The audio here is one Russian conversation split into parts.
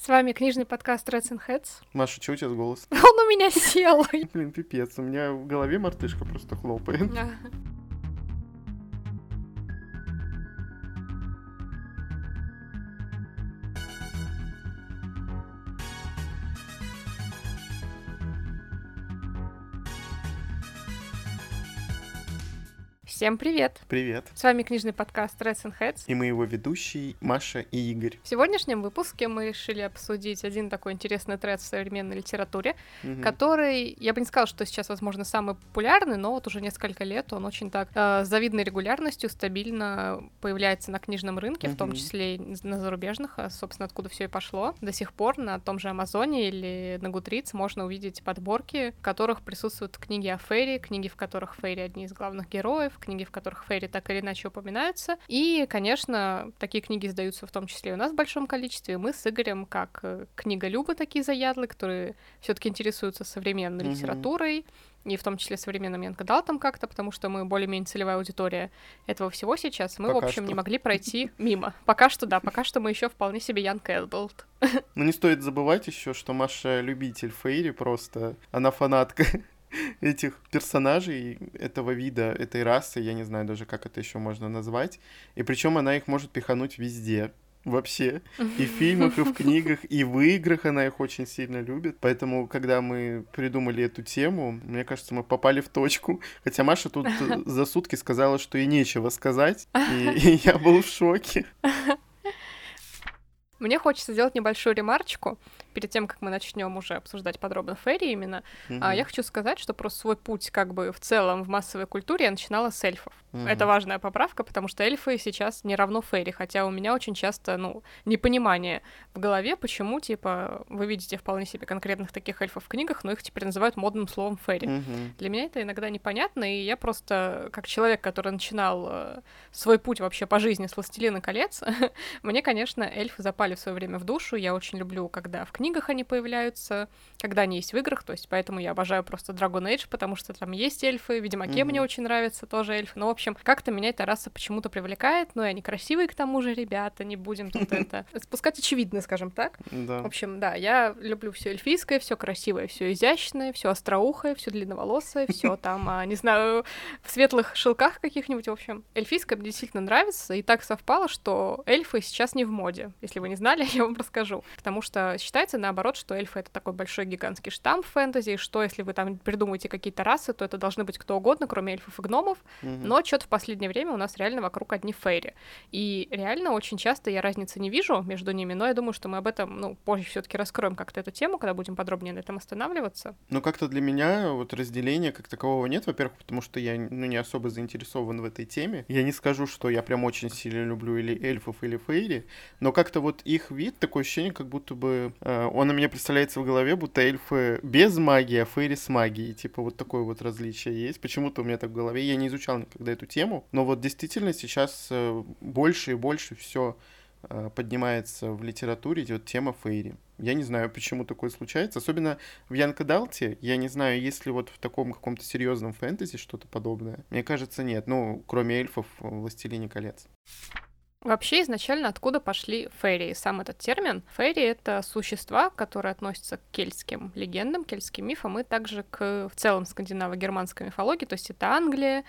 вами книжный подкаст Reds and Heads. Маша, чего у тебя с голосом? Он у меня сел. Блин, пипец, у меня в голове мартышка просто хлопает. Всем привет! Привет. С вами книжный подкаст Reds and Heads. И мы его ведущие Маша и Игорь. В сегодняшнем выпуске мы решили обсудить один такой интересный тренд в современной литературе, который, я бы не сказала, что сейчас, возможно, самый популярный, но вот уже несколько лет он очень так с завидной регулярностью стабильно появляется на книжном рынке, в том числе и на зарубежных, собственно, откуда все и пошло. До сих пор на том же Амазоне или на Goodreads можно увидеть подборки, в которых присутствуют книги о фейри, книги, в которых фейри одни из главных героев, книги, в которых фейри так или иначе упоминаются. И, конечно, такие книги издаются в том числе и у нас в большом количестве. Мы с Игорем, как книголюбы такие заядлые, которые все-таки интересуются современной литературой, и в том числе современным Янг Адалтом как-то, потому что мы более-менее целевая аудитория этого всего сейчас. Мы, пока в общем, что не могли пройти мимо. Пока что, да, пока что мы еще вполне себе Янг Адалт. Но не стоит забывать еще, что Маша любитель фейри просто. Она фанатка этих персонажей, этого вида, этой расы, я не знаю даже, как это еще можно назвать. И причем она их может пихануть везде. Вообще. И в фильмах, и в книгах, и в играх она их очень сильно любит. Поэтому, когда мы придумали эту тему, мне кажется, мы попали в точку. Хотя Маша тут за сутки сказала, что ей нечего сказать. И я был в шоке. Мне хочется сделать небольшую ремарочку перед тем, как мы начнем уже обсуждать подробно фейри именно. Я хочу сказать, что просто свой путь как бы в целом в массовой культуре я начинала с эльфов. Это важная поправка, потому что эльфы сейчас не равно фейри, хотя у меня очень часто, непонимание в голове, почему, типа, вы видите вполне себе конкретных таких эльфов в книгах, но их теперь называют модным словом фейри. Для меня это иногда непонятно, и я просто, как человек, который начинал свой путь вообще по жизни с «Властелина колец», мне, конечно, эльфы запали в свое время в душу. Я очень люблю, когда в книгах они появляются, когда они есть в играх, то есть поэтому я обожаю просто Dragon Age, потому что там есть эльфы, в Ведьмаке мне очень нравятся тоже эльфы, в общем, как-то меня эта раса почему-то привлекает, и они красивые к тому же, ребята, не будем тут это спускать очевидно, скажем так. Да. В общем, да, я люблю все эльфийское, все красивое, все изящное, все остроухое, все длинноволосое, все там, не знаю, в светлых шелках каких-нибудь, в общем. Эльфийское мне действительно нравится, и так совпало, что эльфы сейчас не в моде. Если вы не знали, я вам расскажу. Потому что считается, наоборот, что эльфы — это такой большой гигантский штамм в фэнтези, что если вы там придумаете какие-то расы, то это должны быть кто угодно, кроме эльфов и гномов. Но что-то в последнее время у нас реально вокруг одни фейри. И реально очень часто я разницы не вижу между ними, но я думаю, что мы об этом, позже все-таки раскроем как-то эту тему, когда будем подробнее на этом останавливаться. Как-то для меня вот разделения как такового нет, во-первых, потому что я, не особо заинтересован в этой теме. Я не скажу, что я прям очень сильно люблю или эльфов, или фейри, но как-то вот их вид, такое ощущение, как будто бы он у меня представляется в голове, будто эльфы без магии, а фейри с магией. Типа вот такое вот различие есть. Почему-то у меня так в голове. Я не изучал никогда эту тему, но вот действительно сейчас больше и больше все поднимается в литературе вот тема фейри. Я не знаю, почему такое случается. Особенно в Янг Адалте. Я не знаю, есть ли вот в таком каком-то серьезном фэнтези что-то подобное. Мне кажется, нет. Кроме эльфов в «Властелине колец». Вообще, изначально откуда пошли фейри? Сам этот термин. Фейри — это существа, которые относятся к кельтским легендам, кельтским мифам, и также в целом скандинаво-германской мифологии, то есть это Англия,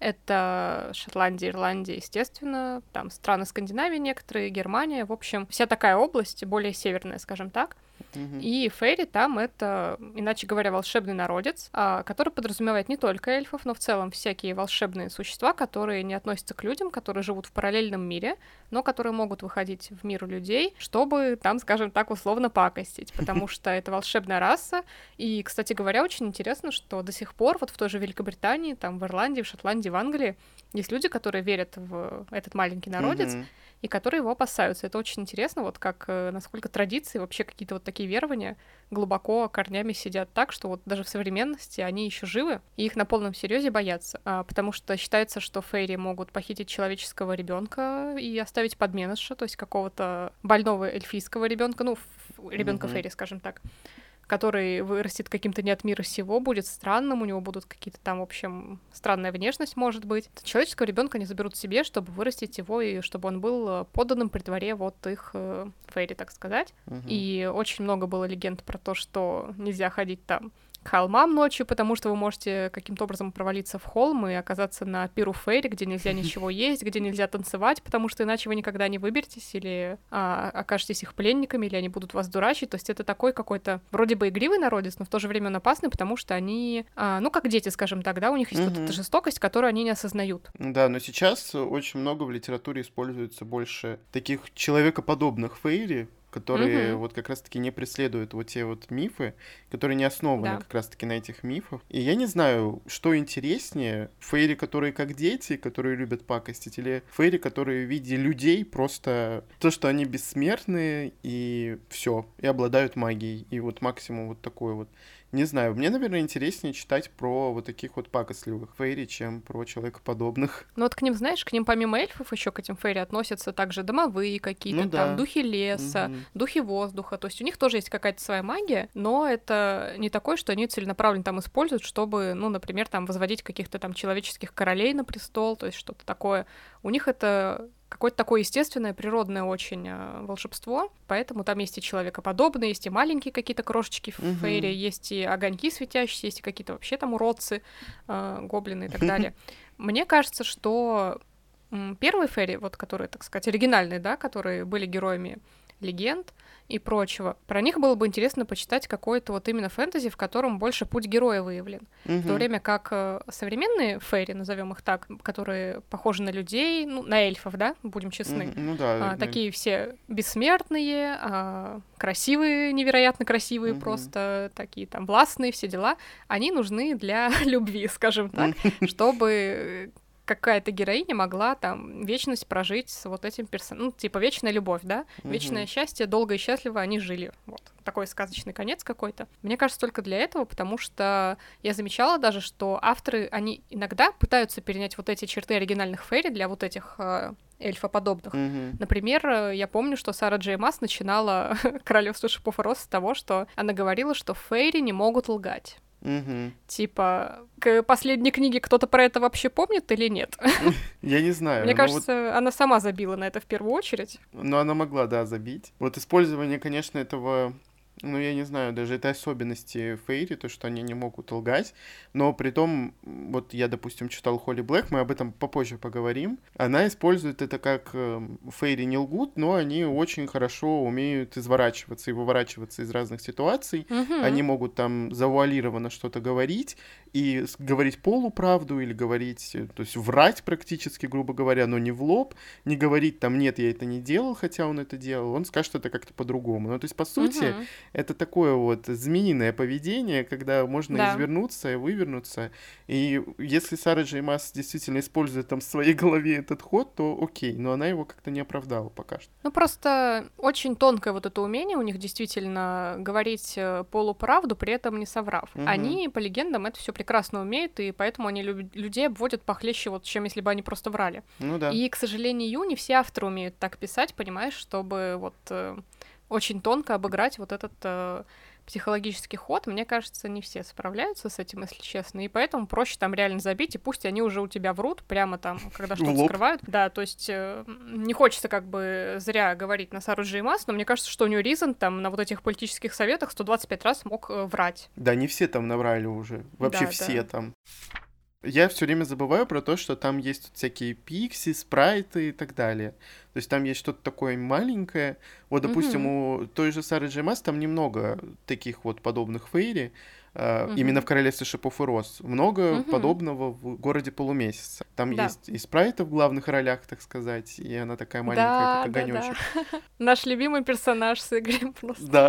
это Шотландия, Ирландия, естественно, там страны Скандинавии некоторые, Германия, в общем, вся такая область, более северная, скажем так. И фейри там — это, иначе говоря, волшебный народец, который подразумевает не только эльфов, но в целом всякие волшебные существа, которые не относятся к людям, которые живут в параллельном мире, но которые могут выходить в мир людей, чтобы там, скажем так, условно пакостить, потому что это волшебная раса. И, кстати говоря, очень интересно, что до сих пор вот в той же Великобритании, там в Ирландии, в Шотландии, в Англии есть люди, которые верят в этот маленький народец, и которые его опасаются. Это очень интересно, вот как, насколько традиции, вообще какие-то вот такие верования глубоко корнями сидят так, что вот даже в современности они еще живы, и их на полном серьезе боятся, потому что считается, что фейри могут похитить человеческого ребенка и оставить подменыша, то есть какого-то больного эльфийского ребенка, ребенка фейри, скажем так, который вырастет каким-то не от мира сего, будет странным, у него будут какие-то там, в общем, странная внешность, может быть. Человеческого ребенка они заберут себе, чтобы вырастить его, и чтобы он был подданным при дворе вот их фейри, так сказать. И очень много было легенд про то, что нельзя ходить там к холмам ночью, потому что вы можете каким-то образом провалиться в холм и оказаться на пиру фейри, где нельзя ничего есть, где нельзя танцевать, потому что иначе вы никогда не выберетесь или окажетесь их пленниками, или они будут вас дурачить. То есть это такой какой-то вроде бы игривый народец, но в то же время он опасный, потому что они, ну, как дети, скажем так, да, у них есть вот эта жестокость, которую они не осознают. Да, но сейчас очень много в литературе используется больше таких человекоподобных фейри, которые вот как раз-таки не преследуют вот те вот мифы, которые не основаны как раз-таки на этих мифах. И я не знаю, что интереснее, фейри, которые как дети, которые любят пакостить, или фейри, которые в виде людей, просто то, что они бессмертные, и все, и обладают магией, и вот максимум вот такой вот. Не знаю, мне, наверное, интереснее читать про вот таких вот пакостливых фейри, чем про человекоподобных. Ну вот к ним, знаешь, к ним помимо эльфов еще к этим фейри относятся также домовые какие-то, там духи леса, духи воздуха. То есть у них тоже есть какая-то своя магия, но это не такое, что они целенаправленно там используют, чтобы, ну, например, там возводить каких-то там человеческих королей на престол, то есть что-то такое. У них это какое-то такое естественное, природное очень волшебство, поэтому там есть и человекоподобные, есть и маленькие какие-то крошечки в фейре, есть и огоньки светящиеся, есть и какие-то вообще там уродцы, гоблины и так далее. Мне кажется, что первые фейри, вот которые, так сказать, оригинальные, да, которые были героями легенд и прочего, про них было бы интересно почитать какой-то вот именно фэнтези, в котором больше путь героя выявлен. В то время как современные фейри, назовем их так, которые похожи на людей, ну, на эльфов, да, будем честны, такие все бессмертные, красивые, невероятно красивые, просто такие там властные, все дела, они нужны для любви, скажем так, чтобы какая-то героиня могла там вечность прожить с вот этим персонажем. Ну, типа вечная любовь, да? Вечное счастье, долго и счастливо они жили. Вот. Такой сказочный конец какой-то. Мне кажется, только для этого, потому что я замечала даже, что авторы, они иногда пытаются перенять вот эти черты оригинальных фейри для вот этих эльфоподобных. Например, я помню, что Сара Джей Маас начинала «Королевство шипов и роз» с того, что она говорила, что фейри не могут лгать. Типа, к последней книге кто-то про это вообще помнит или нет? Я не знаю. Мне кажется, она сама забила на это в первую очередь. Но она могла, да, забить. Вот использование, конечно, этого... Ну, я не знаю, даже это особенности фейри, то, что они не могут лгать, но при том, вот я, допустим, читал Холли Блэк, мы об этом попозже поговорим, она использует это как фейри не лгут, но они очень хорошо умеют изворачиваться и выворачиваться из разных ситуаций, они могут там завуалированно что-то говорить, и говорить полуправду или говорить, то есть врать практически, грубо говоря, но не в лоб, не говорить там «нет, я это не делал», хотя он это делал, он скажет это как-то по-другому. Ну, то есть, по сути, это такое вот змеиное поведение, когда можно извернуться и вывернуться. И если Сара Джей Маас действительно использует там в своей голове этот ход, то окей, но она его как-то не оправдала пока что. Ну, просто очень тонкое вот это умение у них действительно говорить полуправду, при этом не соврав. Они, по легендам, это все прекрасно умеют, и поэтому они людей обводят похлеще, вот, чем если бы они просто врали. Ну да. И, к сожалению, не все авторы умеют так писать, понимаешь, чтобы вот очень тонко обыграть вот этот психологический ход. Мне кажется, не все справляются с этим, если честно, и поэтому проще там реально забить, и пусть они уже у тебя врут прямо там, когда что-то скрывают. Да, то есть не хочется как бы зря говорить на Сару Джей Маас, но мне кажется, что у нее Ризен там на вот этих политических советах 125 раз мог врать. Да, не все там наврали уже. Вообще все там. Я все время забываю про то, что там есть всякие пикси, спрайты и так далее. То есть там есть что-то такое маленькое. Вот, допустим, у той же Сары Джей Маас там немного таких вот подобных фейри. Именно в «Королевстве шипов и роз». Много подобного в «Городе полумесяца». Там есть и спрайты в главных ролях, так сказать, и она такая маленькая, как огонёчек. Наш любимый персонаж с Игорем просто. Да.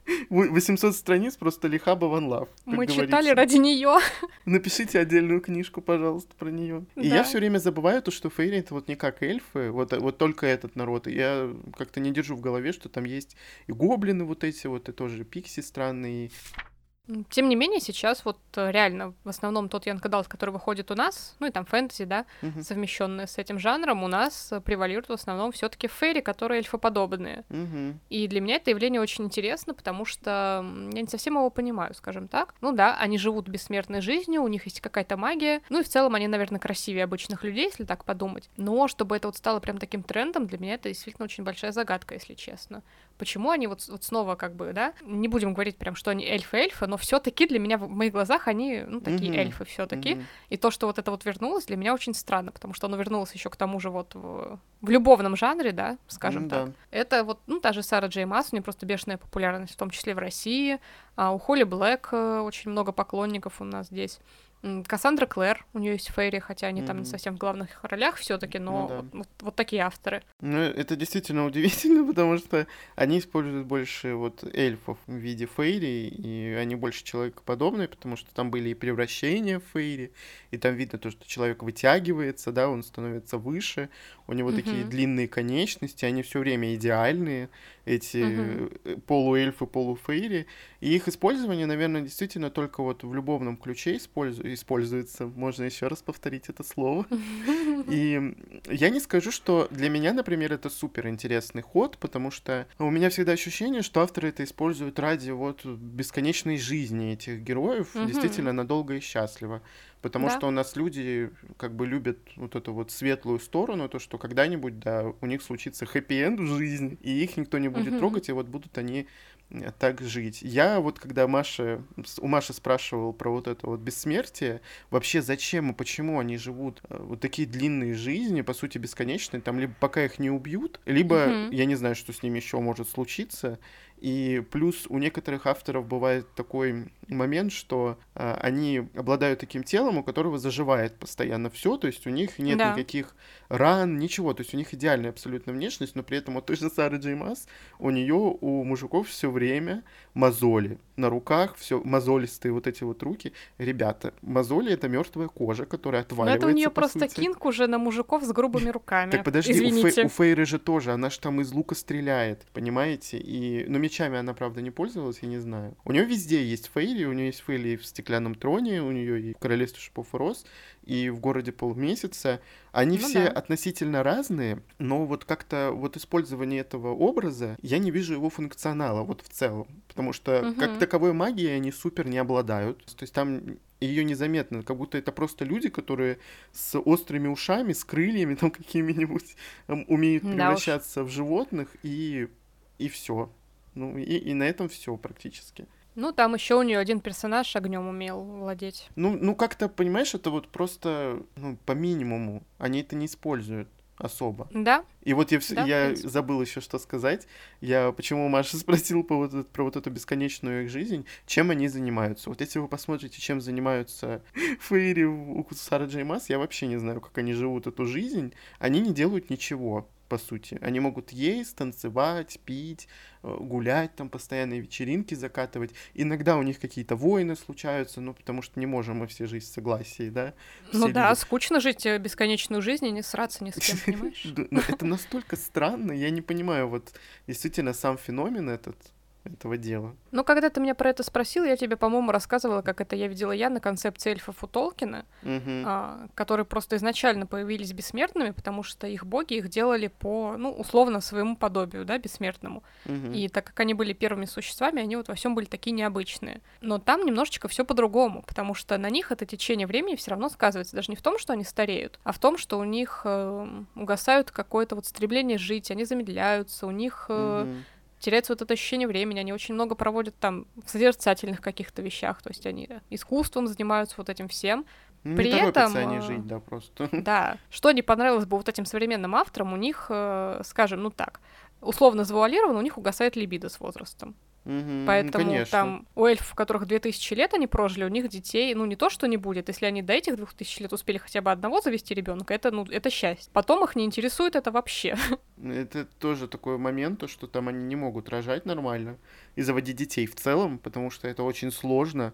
800 страниц просто лиха бы one love. Мы читали ради нее. Напишите отдельную книжку, пожалуйста, про нее. И я все время забываю то, что фейри — это вот не как эльфы, вот только этот народ. И я как-то не держу в голове, что там есть и гоблины вот эти вот, и тоже пикси странные. Тем не менее, сейчас вот реально в основном тот Young Adult, который выходит у нас, ну и там фэнтези, да, совмещенные с этим жанром, у нас превалирует в основном все-таки фейри, которые эльфоподобные. И для меня это явление очень интересно, потому что я не совсем его понимаю, скажем так. Ну да, они живут бессмертной жизнью, у них есть какая-то магия, ну и в целом они, наверное, красивее обычных людей, если так подумать. Но чтобы это вот стало прям таким трендом, для меня это действительно очень большая загадка, если честно. Почему они вот снова как бы, да, не будем говорить прям, что они эльфы, но все-таки для меня в моих глазах они, ну, такие эльфы все-таки. И то, что вот это вот вернулось, для меня очень странно, потому что оно вернулось еще к тому же вот в любовном жанре, да, скажем так. Это вот, ну, та же Сара Джей Маас, у нее просто бешеная популярность, в том числе в России. А у Холли Блэк очень много поклонников у нас здесь. Кассандра Клэр, у нее есть фейри, хотя они там не совсем в главных ролях все-таки, но вот такие авторы. Ну, это действительно удивительно, потому что они используют больше вот эльфов в виде фейри, и они больше человекоподобные, потому что там были и превращения в фейри, и там видно то, что человек вытягивается, да, он становится выше, у него такие длинные конечности, они все время идеальные, эти полуэльфы, полуфейри, и их использование, наверное, действительно только вот в любовном ключе используется, можно еще раз повторить это слово. И я не скажу, что для меня, например, это супер интересный ход, потому что у меня всегда ощущение, что авторы это используют ради вот бесконечной жизни этих героев, действительно надолго и счастливо. Потому что у нас люди как бы любят вот эту вот светлую сторону, то, что когда-нибудь, да, у них случится хэппи-энд в жизни, и их никто не будет трогать, и вот будут они так жить. Я вот, когда у Маши спрашивал про вот это вот бессмертие, вообще зачем и почему они живут вот такие длинные жизни, по сути, бесконечные, там либо пока их не убьют, либо я не знаю, что с ними еще может случиться. И плюс у некоторых авторов бывает такой момент, что они обладают таким телом, у которого заживает постоянно все, то есть у них нет никаких ран, ничего, то есть у них идеальная абсолютно внешность, но при этом вот той же Сары Джей Маас, у мужиков все время мозоли на руках, все мозолистые вот эти вот руки. Ребята, мозоли — это мертвая кожа, которая отваливается. Но это у нее просто кинг уже на мужиков с грубыми руками. Так подожди, извините. у Фейры же тоже, она же там из лука стреляет, понимаете? Но мечами она, правда, не пользовалась, я не знаю. У нее везде есть фейри, у нее есть фейри в Стеклянном троне, у нее и в Королевстве шипов и роз, и в Городе полумесяца. Они все относительно разные, но вот как-то вот использование этого образа, я не вижу его функционала вот в целом, потому что как таковой магией они супер не обладают. То есть там ее незаметно, как будто это просто люди, которые с острыми ушами, с крыльями там какими-нибудь умеют превращаться в животных, и все. Ну, и на этом все практически. Ну, там еще у нее один персонаж огнем умел владеть. Ну, как-то, понимаешь, это вот просто по минимуму. Они это не используют особо. Да. И вот я забыл еще что сказать. Я почему Маша спросил про вот эту бесконечную их жизнь, чем они занимаются. Вот если вы посмотрите, чем занимаются фейри у Сары Джей Маас, я вообще не знаю, как они живут эту жизнь. Они не делают ничего, по сути. Они могут есть, танцевать, пить, гулять, там постоянные вечеринки закатывать. Иногда у них какие-то войны случаются, потому что не можем мы все жить в согласии, да? Ну да, скучно жить бесконечную жизнь и не сраться ни с кем, понимаешь? Это настолько странно, я не понимаю, вот действительно сам феномен этого дела. Ну, когда ты меня про это спросил, я тебе, по-моему, рассказывала, как это я видела на концепции эльфов у Толкина, которые просто изначально появились бессмертными, потому что их боги их делали по, условно, своему подобию, да, бессмертному. И так как они были первыми существами, они вот во всем были такие необычные. Но там немножечко все по-другому, потому что на них это течение времени все равно сказывается. Даже не в том, что они стареют, а в том, что у них угасают какое-то вот стремление жить, они замедляются, у них... теряется вот это ощущение времени, они очень много проводят там в созерцательных каких-то вещах, то есть они искусством занимаются вот этим всем. При не этом... они жить, да, просто. Да, что не понравилось бы вот этим современным авторам, у них, скажем, условно завуалировано, у них угасает либидо с возрастом. Поэтому там у эльфов, у которых 2000 лет они прожили, у них детей, не то, что не будет. Если они до этих 2000 лет успели хотя бы одного завести ребенка, это счастье. Потом их не интересует это вообще. Это тоже такой момент, то, что там они не могут рожать нормально и заводить детей в целом, потому что это очень сложно.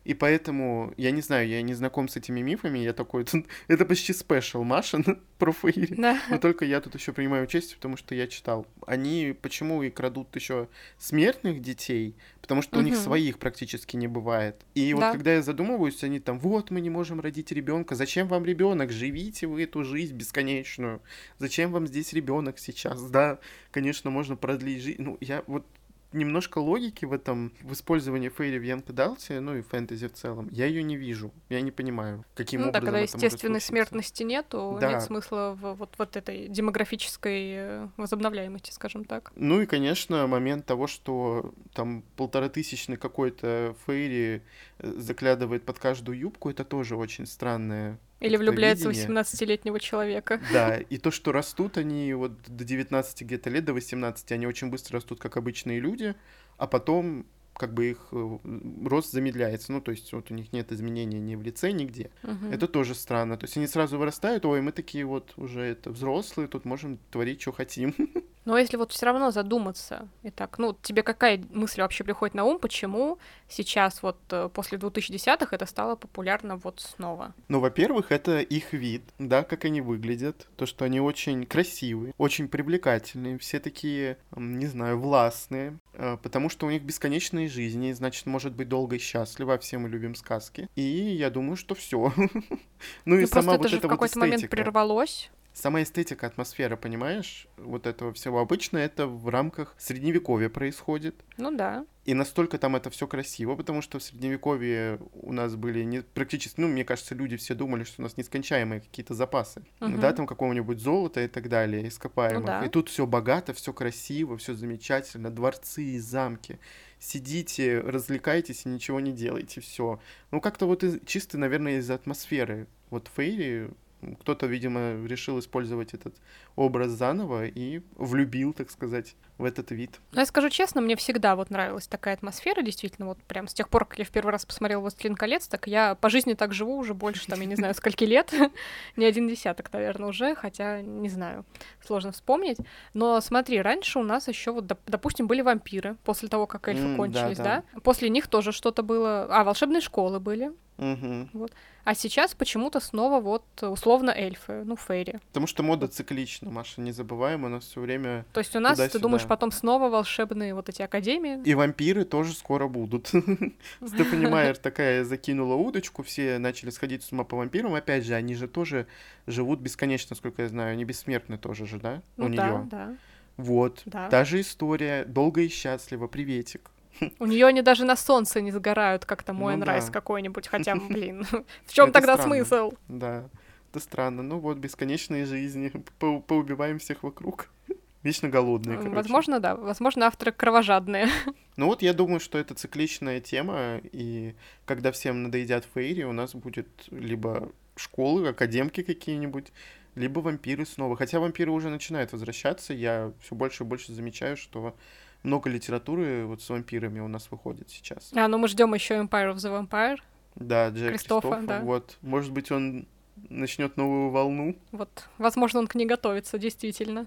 И поэтому, я не знаю, я не знаком с этими мифами, я такой, это почти спешл Маша про фейри, Да. но только я тут еще принимаю участие, потому что я читал. Они почему и крадут еще смертных детей, потому что у них своих практически не бывает. И вот Да. когда я задумываюсь, они там, вот мы не можем родить ребенка, зачем вам ребенок, живите вы эту жизнь бесконечную, зачем вам здесь ребенок сейчас, да, конечно, можно продлить жизнь, ну, я вот немножко логики в этом, в использовании фейри в Янг Адалте, ну и фэнтези в целом, я ее не вижу. Я не понимаю, каким Ну да, образом когда это может естественной случиться. смертности нету, Да. нет смысла в вот этой демографической возобновляемости, скажем так. Ну и, конечно, момент того, что там 1500-тысячный какой-то фейри заглядывает под каждую юбку, это тоже очень странное Или как-то влюбляется в видение. 18-летнего человека. Да, и то, что растут они вот до 19 где-то лет, до 18, они очень быстро растут, как обычные люди, а потом как бы их рост замедляется. Ну, то есть вот у них нет изменений ни в лице, нигде. Это тоже странно. То есть они сразу вырастают, ой, мы такие вот уже это взрослые, тут можем творить, что хотим. Но если вот все равно задуматься, итак, ну, тебе какая мысль вообще приходит на ум, почему сейчас вот после 2010-х это стало популярно вот снова? Ну, во-первых, это их вид, да, как они выглядят, то, что они очень красивые, очень привлекательные, все такие, не знаю, властные, потому что у них бесконечные жизни, значит, может быть долго и счастливо, а все мы любим сказки. И я думаю, что все. Ну и сама вот это же эта в вот какой-то момент эстетика. прервалось. Сама эстетика, атмосфера, понимаешь, вот этого всего. Обычно это в рамках средневековья происходит. Ну да. И настолько там это все красиво, потому что в средневековье у нас были не, практически, ну, мне кажется, люди все думали, что у нас нескончаемые какие-то запасы, да, там какого-нибудь золота и так далее, ископаемых. Ну да. И тут все богато, все красиво, все замечательно, дворцы и замки. Сидите, развлекайтесь и ничего не делайте, все. Ну, как-то вот чисто, наверное, из-за атмосферы. Вот фейри, кто-то, видимо, решил использовать этот образ заново и влюбил, так сказать, в этот вид. Но я скажу честно, мне всегда вот нравилась такая атмосфера, действительно, вот прям с тех пор, как я в первый раз посмотрела «Властелин колец», так я по жизни так живу уже больше, там, я не знаю, скольки лет, не один десяток, наверное, уже, хотя, не знаю, сложно вспомнить. Но смотри, раньше у нас еще вот, допустим, были вампиры, после того, как эльфы кончились, да? После них тоже что-то было, волшебные школы были. Вот. А сейчас почему-то снова вот условно эльфы, ну, фейри. Потому что мода циклична, Маша, не забываем, у нас все время. То есть у нас, ты думаешь, потом снова волшебные вот эти академии? И вампиры тоже скоро будут. Стефани Майер такая закинула удочку, все начали сходить с ума по вампирам. Опять же, они же тоже живут бесконечно, насколько я знаю, они бессмертны тоже же, да? Ну, у нее. Да. Вот. Да. Та же история, долго и счастливо, приветик. У нее они даже на солнце не сгорают, как там Моэн Райс какой-нибудь, хотя, блин, в чем тогда смысл? Да, это странно. Ну вот, бесконечные жизни, поубиваем всех вокруг. Вечно голодные, короче. Возможно, да. Возможно, авторы кровожадные. Ну вот я думаю, что это цикличная тема, и когда всем надоедят фейри, у нас будет либо школы, академки какие-нибудь, либо вампиры снова. Хотя вампиры уже начинают возвращаться, я все больше и больше замечаю, что много литературы вот с вампирами у нас выходит сейчас. Ну мы ждем еще Empire of the Vampire. Да, Джек Кристофа, да. Вот, может быть, он начнет новую волну. Вот, возможно, он к ней готовится, действительно.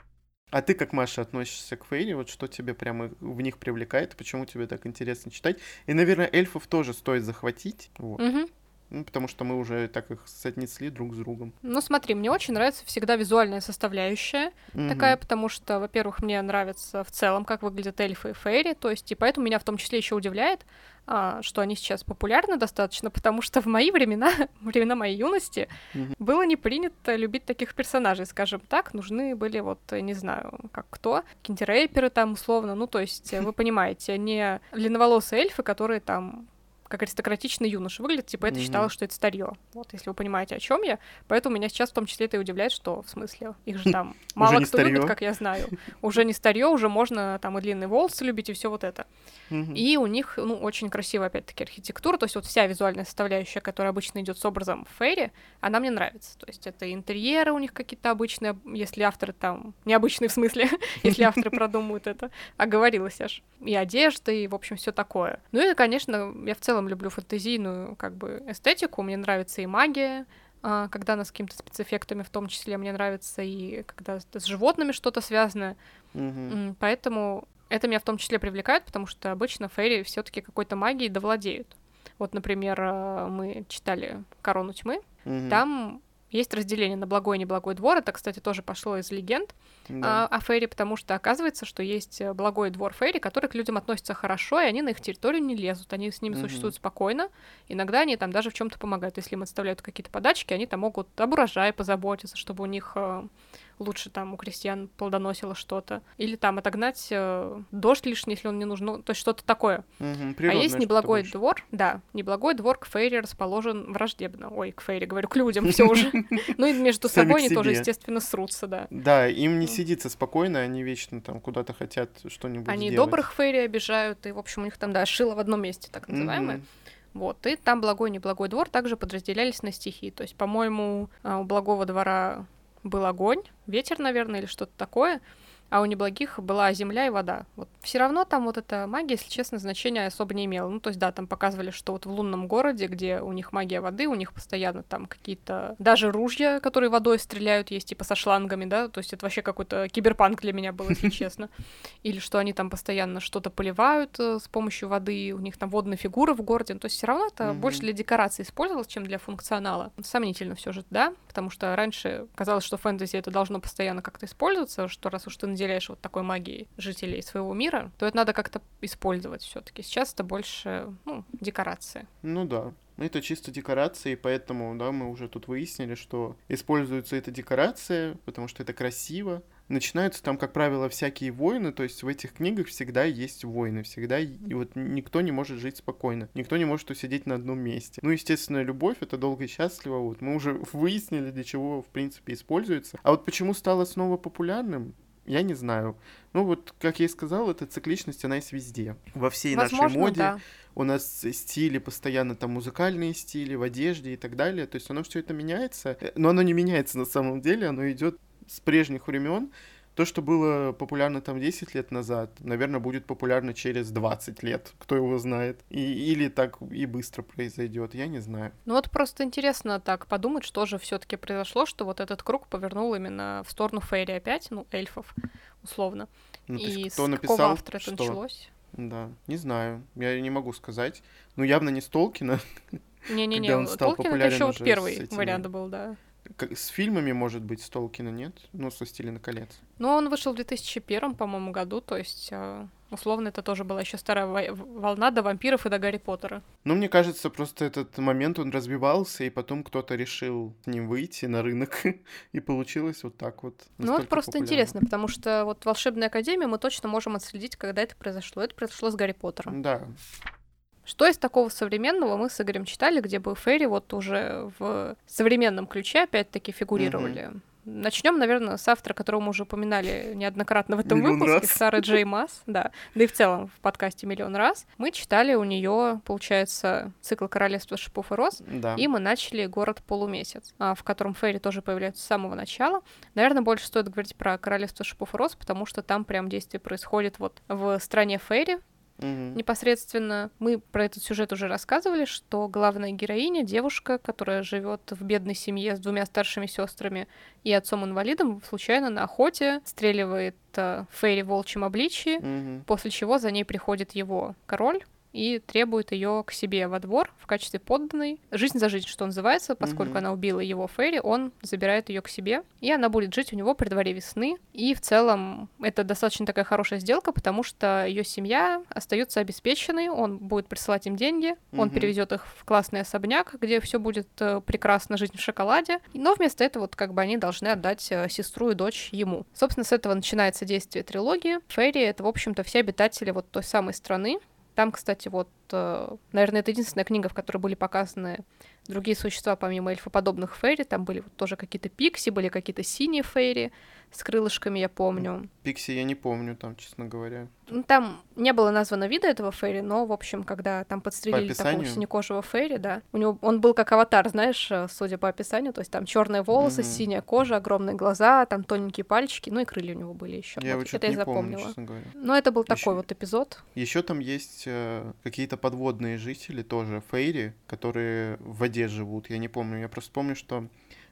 А ты как, Маша, относишься к фейри? Вот что тебе прямо в них привлекает? Почему тебе так интересно читать? И, наверное, эльфов тоже стоит захватить. Вот. Ну, потому что мы уже так их соотнесли друг с другом. Ну, смотри, мне очень нравится всегда визуальная составляющая такая, потому что, во-первых, мне нравится в целом, как выглядят эльфы и фейри, то есть, и поэтому меня в том числе еще удивляет, что они сейчас популярны достаточно, потому что в мои времена моей юности, было не принято любить таких персонажей, скажем так, нужны были вот, не знаю, как кто, какие-нибудь рэперы там условно, ну, то есть, вы понимаете, не длинноволосые эльфы, которые там как аристократичный юноша выглядит, типа это считалось, что это старье. Вот, если вы понимаете, о чем я. Поэтому меня сейчас в том числе это и удивляет, что в смысле их же там мало кто любит, как я знаю. Уже не старье, уже можно там и длинные волосы любить, и все вот это. И у них, ну, очень красивая, опять-таки, архитектура. То есть вот вся визуальная составляющая, которая обычно идет с образом фейри, она мне нравится. То есть это интерьеры у них какие-то обычные, если авторы там... Необычные в смысле, если авторы продумывают это. Оговорилась аж. И одежда, и, в общем, все такое. Ну и, конечно, я в целом люблю фэнтезийную, как бы, эстетику. Мне нравится и магия, когда она с какими-то спецэффектами, в том числе мне нравится и когда с животными что-то связано. Поэтому это меня в том числе привлекает, потому что обычно фейри все-таки какой-то магией довладеют. Вот, например, мы читали «Корону тьмы», Мгм. там есть разделение на благой и неблагой двор. Это, кстати, тоже пошло из легенд Да. о Фейри, потому что оказывается, что есть благой двор Фейри, который к людям относится хорошо, и они на их территорию не лезут, они с ними Мгм. существуют спокойно. Иногда они там даже в чем-то помогают. Если им отставляют какие-то подачки, они там могут об урожае позаботиться, чтобы у них лучше там у крестьян плодоносило что-то. Или там отогнать дождь лишний, если он не нужен. Ну, то есть что-то такое. Мгм. А Природное есть что-то неблагой больше. двор, да, неблагой двор к Фейри расположен враждебно. Ой, к Фейри, говорю, к людям все уже. Ну и между Сами собой к они тоже, себе. естественно, срутся, да. Да, им не сидится спокойно, они вечно там куда-то хотят что-нибудь Они сделать. добрых Фейри обижают, и, в общем, у них там, да, шило в одном месте, так называемое. Мгм. Вот, и там благой и неблагой двор также подразделялись на стихии. То есть, по-моему, у благого двора был огонь, ветер, наверное, или что-то такое, а у неблагих была земля и вода. Вот. Все равно там вот эта магия, если честно, значения особо не имела. Ну, то есть, да, там показывали, что вот в лунном городе, где у них магия воды, у них постоянно там какие-то... Даже ружья, которые водой стреляют, есть типа со шлангами, да, то есть это вообще какой-то киберпанк для меня был, если честно. Или что они там постоянно что-то поливают с помощью воды, у них там водные фигуры в городе. Ну, то есть все равно это больше для декорации использовалось, чем для функционала. Сомнительно все же, да, потому что раньше казалось, что фэнтези это должно постоянно как-то использоваться, что раз уж ты наделяешь вот такой магией жителей своего мира, то это надо как-то использовать все-таки. Сейчас это больше, ну, декорации. Ну да. Это чисто декорации, поэтому, да, мы уже тут выяснили, что используется эта декорация, потому что это красиво. Начинаются там, как правило, всякие войны, то есть в этих книгах всегда есть войны, всегда, и вот никто не может жить спокойно, никто не может усидеть на одном месте. Ну, естественно, любовь — это долго и счастливо, вот, мы уже выяснили, для чего, в принципе, используется. А вот почему стало снова популярным, я не знаю. Ну вот, как я и сказал, эта цикличность, она есть везде. Во всей нашей Возможно, моде да. у нас стили постоянно, там музыкальные стили в одежде и так далее. То есть оно все это меняется, но оно не меняется на самом деле, оно идет с прежних времен. То, что было популярно там 10 лет назад, наверное, будет популярно через 20 лет, кто его знает. Или так и быстро произойдет, я не знаю. Ну вот просто интересно так подумать, что же все-таки произошло, что вот этот круг повернул именно в сторону Фейри опять, ну, эльфов, условно. Ну, то И есть кто с написал, какого автора это что? началось? Да, не знаю, я не могу сказать. Ну, явно не с Толкина, когда он Не-не-не, стал Толкин это популярен еще вот уже с первый этими... вариант был, да. С фильмами, может быть, с Толкина, нет? Ну, со «Властелина колец». Ну, он вышел в 2001, по-моему, году, то есть, условно, это тоже была еще старая волна до вампиров и до Гарри Поттера. Ну, мне кажется, просто этот момент, он развивался, и потом кто-то решил с ним выйти на рынок, и получилось вот так вот. Ну, вот просто популярно. интересно, потому что вот «Волшебная академия» мы точно можем отследить, когда это произошло. Это произошло с Гарри Поттером. Да. Что из такого современного мы с Игорем читали, где бы Фейри вот уже в современном ключе опять-таки фигурировали? Начнем, наверное, с автора, которого мы уже упоминали неоднократно в этом Миллион выпуске, раз. Сары Джей Маас, да, да и в целом в подкасте миллион раз. Мы читали у нее, получается, цикл «Королевство шипов и роз», Да. и мы начали «Город полумесяц», в котором Фейри тоже появляются с самого начала. Наверное, больше стоит говорить про «Королевство шипов и роз», потому что там прям действие происходит вот в стране Фейри, непосредственно. Мы про этот сюжет уже рассказывали, что главная героиня — девушка, которая живет в бедной семье с двумя старшими сестрами и отцом-инвалидом, случайно на охоте стреливает Фейри в волчьем обличии, после чего за ней приходит его король и требует ее к себе во двор в качестве подданной. Жизнь за жизнь, что называется, поскольку она убила его Фейри, он забирает ее к себе, и она будет жить у него при дворе весны. И в целом это достаточно такая хорошая сделка, потому что ее семья остается обеспеченной, он будет присылать им деньги, он перевезет их в классный особняк, где все будет прекрасно, жизнь в шоколаде. Но вместо этого вот как бы они должны отдать сестру и дочь ему. Собственно, с этого начинается действие трилогии. Фейри — это, в общем-то, все обитатели вот той самой страны. Там, кстати, вот, наверное, это единственная книга, в которой были показаны другие существа, помимо эльфоподобных Фейри. Там были вот тоже какие-то пикси, были какие-то синие Фейри с крылышками, я помню. Пикси я не помню там, честно говоря. Ну, там не было названо вида этого Фейри, но, в общем, когда там подстрелили такого синекожего Фейри, да, у него он был как аватар, знаешь, судя по описанию, то есть там черные волосы, синяя кожа, огромные глаза, там тоненькие пальчики, ну и крылья у него были еще. Я вот, его это я не запомнила. помню, честно говоря. Но это был такой вот эпизод. Еще там есть какие-то подводные жители тоже, Фейри, которые в воде живут. Я не помню, я просто помню, что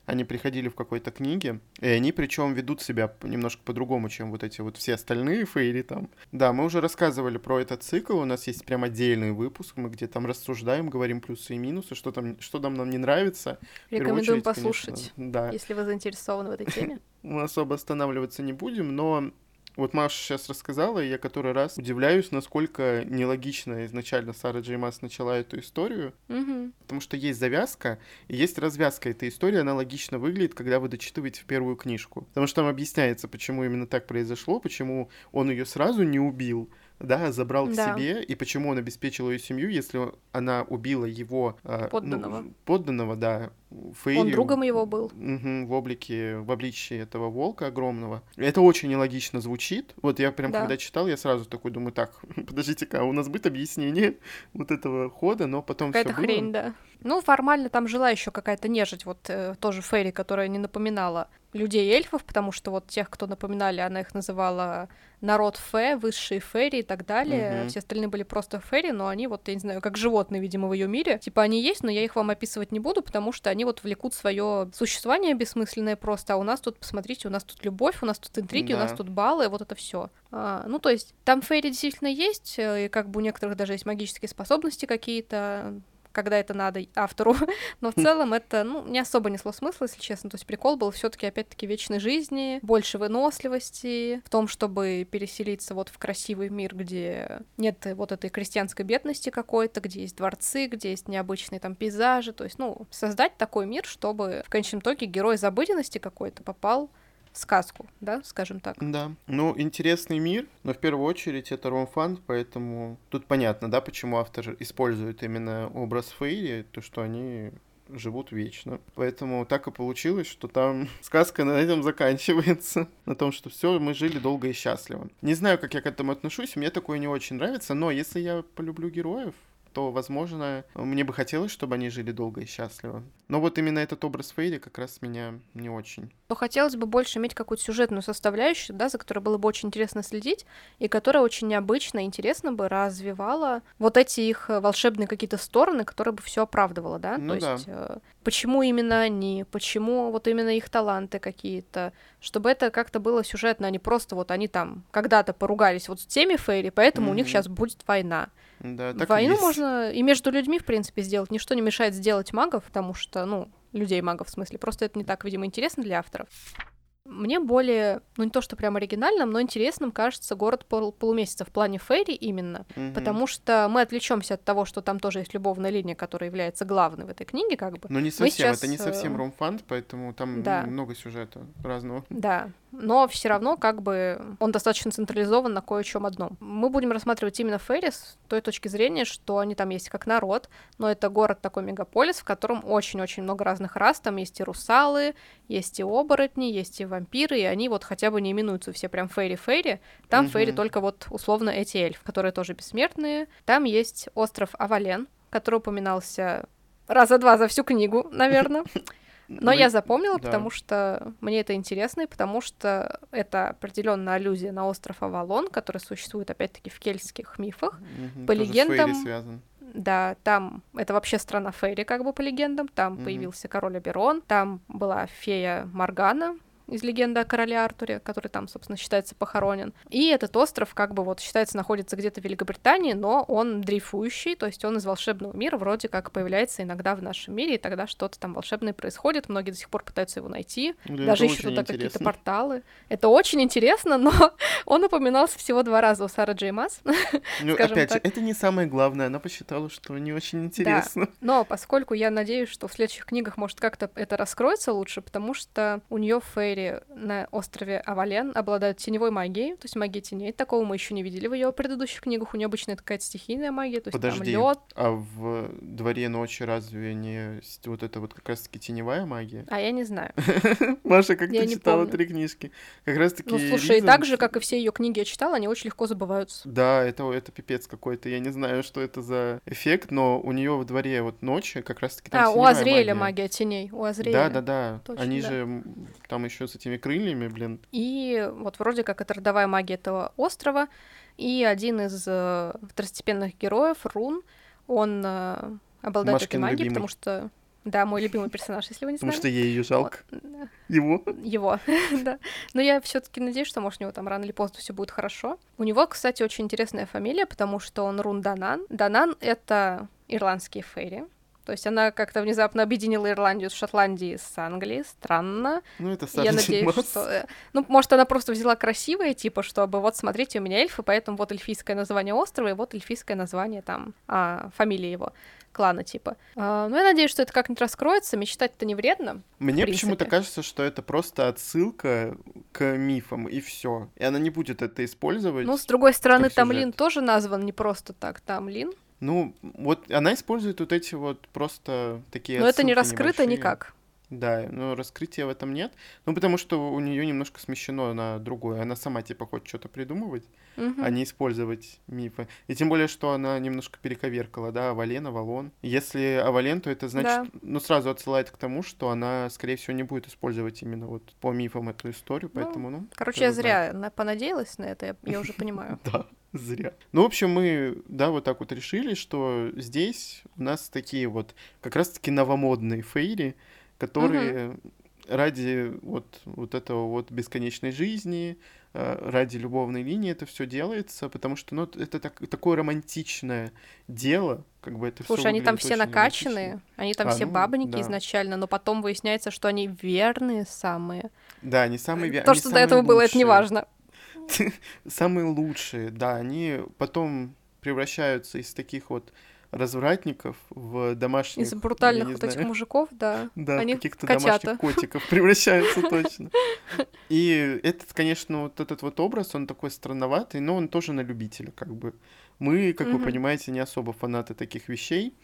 они приходили в какой-то книге, и они причем ведут себя немножко по-другому, чем вот эти вот все остальные фейри там. Да, мы уже рассказывали про этот цикл, у нас есть прям отдельный выпуск, мы где там рассуждаем, говорим плюсы и минусы, что там нам не нравится. Рекомендуем послушать, конечно, да. если вы заинтересованы в этой теме. Мы особо останавливаться не будем, но вот Маша сейчас рассказала, и я который раз удивляюсь, насколько нелогично изначально Сара Джей Маас начала эту историю, потому что есть завязка и есть развязка этой истории, она логично выглядит, когда вы дочитываете в первую книжку, потому что там объясняется, почему именно так произошло, почему он ее сразу не убил, да, забрал к себе, и почему он обеспечил ее семью, если она убила его подданного, да, Фейри. Он другом его был. В обличии этого волка огромного. Это очень нелогично звучит. Вот я прям, когда читал, я сразу такой думаю, так, подождите-ка, у нас будет объяснение вот этого хода, но потом все было. Какая-то хрень, да. Ну, формально там жила еще какая-то нежить, вот тоже Фейри, которая не напоминала людей и эльфов, потому что вот тех, кто напоминали, она их называла народ Фе, высшие Фейри и так далее. Все остальные были просто Фейри, но они вот, я не знаю, как животные, видимо, в ее мире. Типа они есть, но я их вам описывать не буду, потому что они вот влекут свое существование бессмысленное просто, а у нас тут, посмотрите, у нас тут любовь, у нас тут интриги, у нас тут баллы, вот это все. Ну, то есть там Фейри действительно есть, и как бы у некоторых даже есть магические способности какие-то, когда это надо автору, но в целом это, не особо несло смысла, если честно. То есть прикол был все-таки опять-таки вечной жизни, больше выносливости, в том, чтобы переселиться вот в красивый мир, где нет вот этой крестьянской бедности какой-то, где есть дворцы, где есть необычные там пейзажи, то есть, создать такой мир, чтобы в конечном итоге герой из обыденности какой-то попал сказку, да, скажем так. Да. Интересный мир, но в первую очередь это ромфан, поэтому тут понятно, да, почему автор использует именно образ Фейри, то, что они живут вечно. Поэтому так и получилось, что там сказка на этом заканчивается. На том, что все, мы жили долго и счастливо. Не знаю, как я к этому отношусь, мне такое не очень нравится, но если я полюблю героев, то, возможно, мне бы хотелось, чтобы они жили долго и счастливо. Но вот именно этот образ Фейри как раз меня не очень. То хотелось бы больше иметь какую-то сюжетную составляющую, да, за которой было бы очень интересно следить, и которая очень необычно и интересно бы развивала вот эти их волшебные какие-то стороны, которые бы все оправдывало, да? То есть почему именно они, почему вот именно их таланты какие-то, чтобы это как-то было сюжетно, а не просто вот они там когда-то поругались вот с теми Фейри, поэтому у них сейчас будет война. Да, так войну есть. Можно и между людьми, в принципе, сделать. Ничто не мешает сделать магов, потому что, людей-магов в смысле. Просто это не так, видимо, интересно для авторов. Мне более, не то что прям оригинальным, но интересным кажется «Город полумесяца» в плане Фейри именно, потому что мы отвлечемся от того, что там тоже есть любовная линия, которая является главной в этой книге, как бы. Но не совсем, это не совсем ромфант, поэтому там много сюжета разного. Да, но все равно как бы он достаточно централизован на кое-чем одном. Мы будем рассматривать именно Фейри с той точки зрения, что они там есть как народ, но это город такой мегаполис, в котором очень-очень много разных рас, там есть и русалы, есть и оборотни, есть и вампиры, и они вот хотя бы не именуются все прям Фейри-Фейри, там Фейри только вот условно эти эльфы, которые тоже бессмертные. Там есть остров Авален, который упоминался раза два за всю книгу, наверное. Но я запомнила, потому что мне это интересно, и потому что это определенная аллюзия на остров Авалон, который существует, опять-таки, в кельтских мифах. По легендам... Да, там это вообще страна Фейри, как бы по легендам. Там появился король Оберон, там была фея Моргана из легенды о короле Артуре, который там, собственно, считается похоронен. И этот остров, как бы вот считается, находится где-то в Великобритании, но он дрейфующий, то есть он из волшебного мира вроде как появляется иногда в нашем мире, и тогда что-то там волшебное происходит. Многие до сих пор пытаются его найти, даже ищут туда какие-то порталы. Это очень интересно, но он упоминался всего 2 раза у Сары Джей Маас. Опять же, это не самое главное, она посчитала, что не очень интересно. Да, но поскольку я надеюсь, что в следующих книгах, может, как-то это раскроется лучше, потому что у нее Фейри на острове Авален обладают теневой магией, то есть магией теней. Такого мы еще не видели в ее предыдущих книгах. У нее обычно это какая-то стихийная магия, то есть Подожди, там лед. А в Дворе ночи разве не вот это вот как раз-таки теневая магия? А я не знаю. Маша, как ты читала 3 книжки? Как раз-таки. Ну, слушай, и так же, как и все ее книги я читала, они очень легко забываются. Да, это пипец какой-то. Я не знаю, что это за эффект, но у нее в Дворе вот ночи как раз-таки там теневая магия. У Азриэля магия теней. У Азриэля. Да. Точно, они же там еще с этими крыльями, блин. И вот вроде как это родовая магия этого острова. И один из второстепенных героев, Рун, он обладает этой магией, потому что... Да, мой любимый персонаж, если вы не знали. Потому что ей ее жалко. Его? Его, да. Но я все-таки надеюсь, что, может, у него там рано или поздно все будет хорошо. У него, кстати, очень интересная фамилия, потому что он Рун Данан. Данан — это ирландские фейри. То есть она как-то внезапно объединила Ирландию с Шотландией с Англией. Странно. Ну, это Я надеюсь, что... Ну, может, она просто взяла красивое, типа, чтобы вот, смотрите, у меня эльфы, поэтому вот эльфийское название острова, и вот эльфийское название там, фамилия его, клана, типа. Ну, я надеюсь, что это как-нибудь раскроется, мечтать-то не вредно. Мне почему-то кажется, что это просто отсылка к мифам, и все. И она не будет это использовать. Ну, с другой стороны, Тамлин тоже назван не просто так, Тамлин. Ну, вот она использует вот эти вот просто такие но это не раскрыто небольшие. Никак. Да, но раскрытия в этом нет. Ну, потому что у нее немножко смещено на другое. Она сама, типа, хочет что-то придумывать, а не использовать мифы. И тем более, что она немножко перековеркала, да, Авален, Авалон. Если Авален, то это значит, ну, сразу отсылает к тому, что она, скорее всего, не будет использовать именно вот по мифам эту историю, поэтому, ну... Короче, я зря понадеялась на это, я уже понимаю. Да. Зря. Ну, в общем, мы, да, вот так вот решили, что здесь у нас такие вот как раз-таки новомодные фейри, которые ради вот этого вот бесконечной жизни, ради любовной линии это все делается, потому что, ну, это такое романтичное дело, как бы это. Слушай, они там все накачанные, они там все бабоньки изначально, но потом выясняется, что они верные самые. Да, они самые верные. То, что до этого было, это не важно. Самые лучшие, да, они потом превращаются из таких вот развратников в домашних... Из брутальных вот этих мужиков, да. Да, они каких-то домашних котиков превращаются точно. И этот, конечно, вот этот вот образ, он такой странноватый, но он тоже на любителя, как бы. Мы, как вы понимаете, не особо фанаты таких вещей.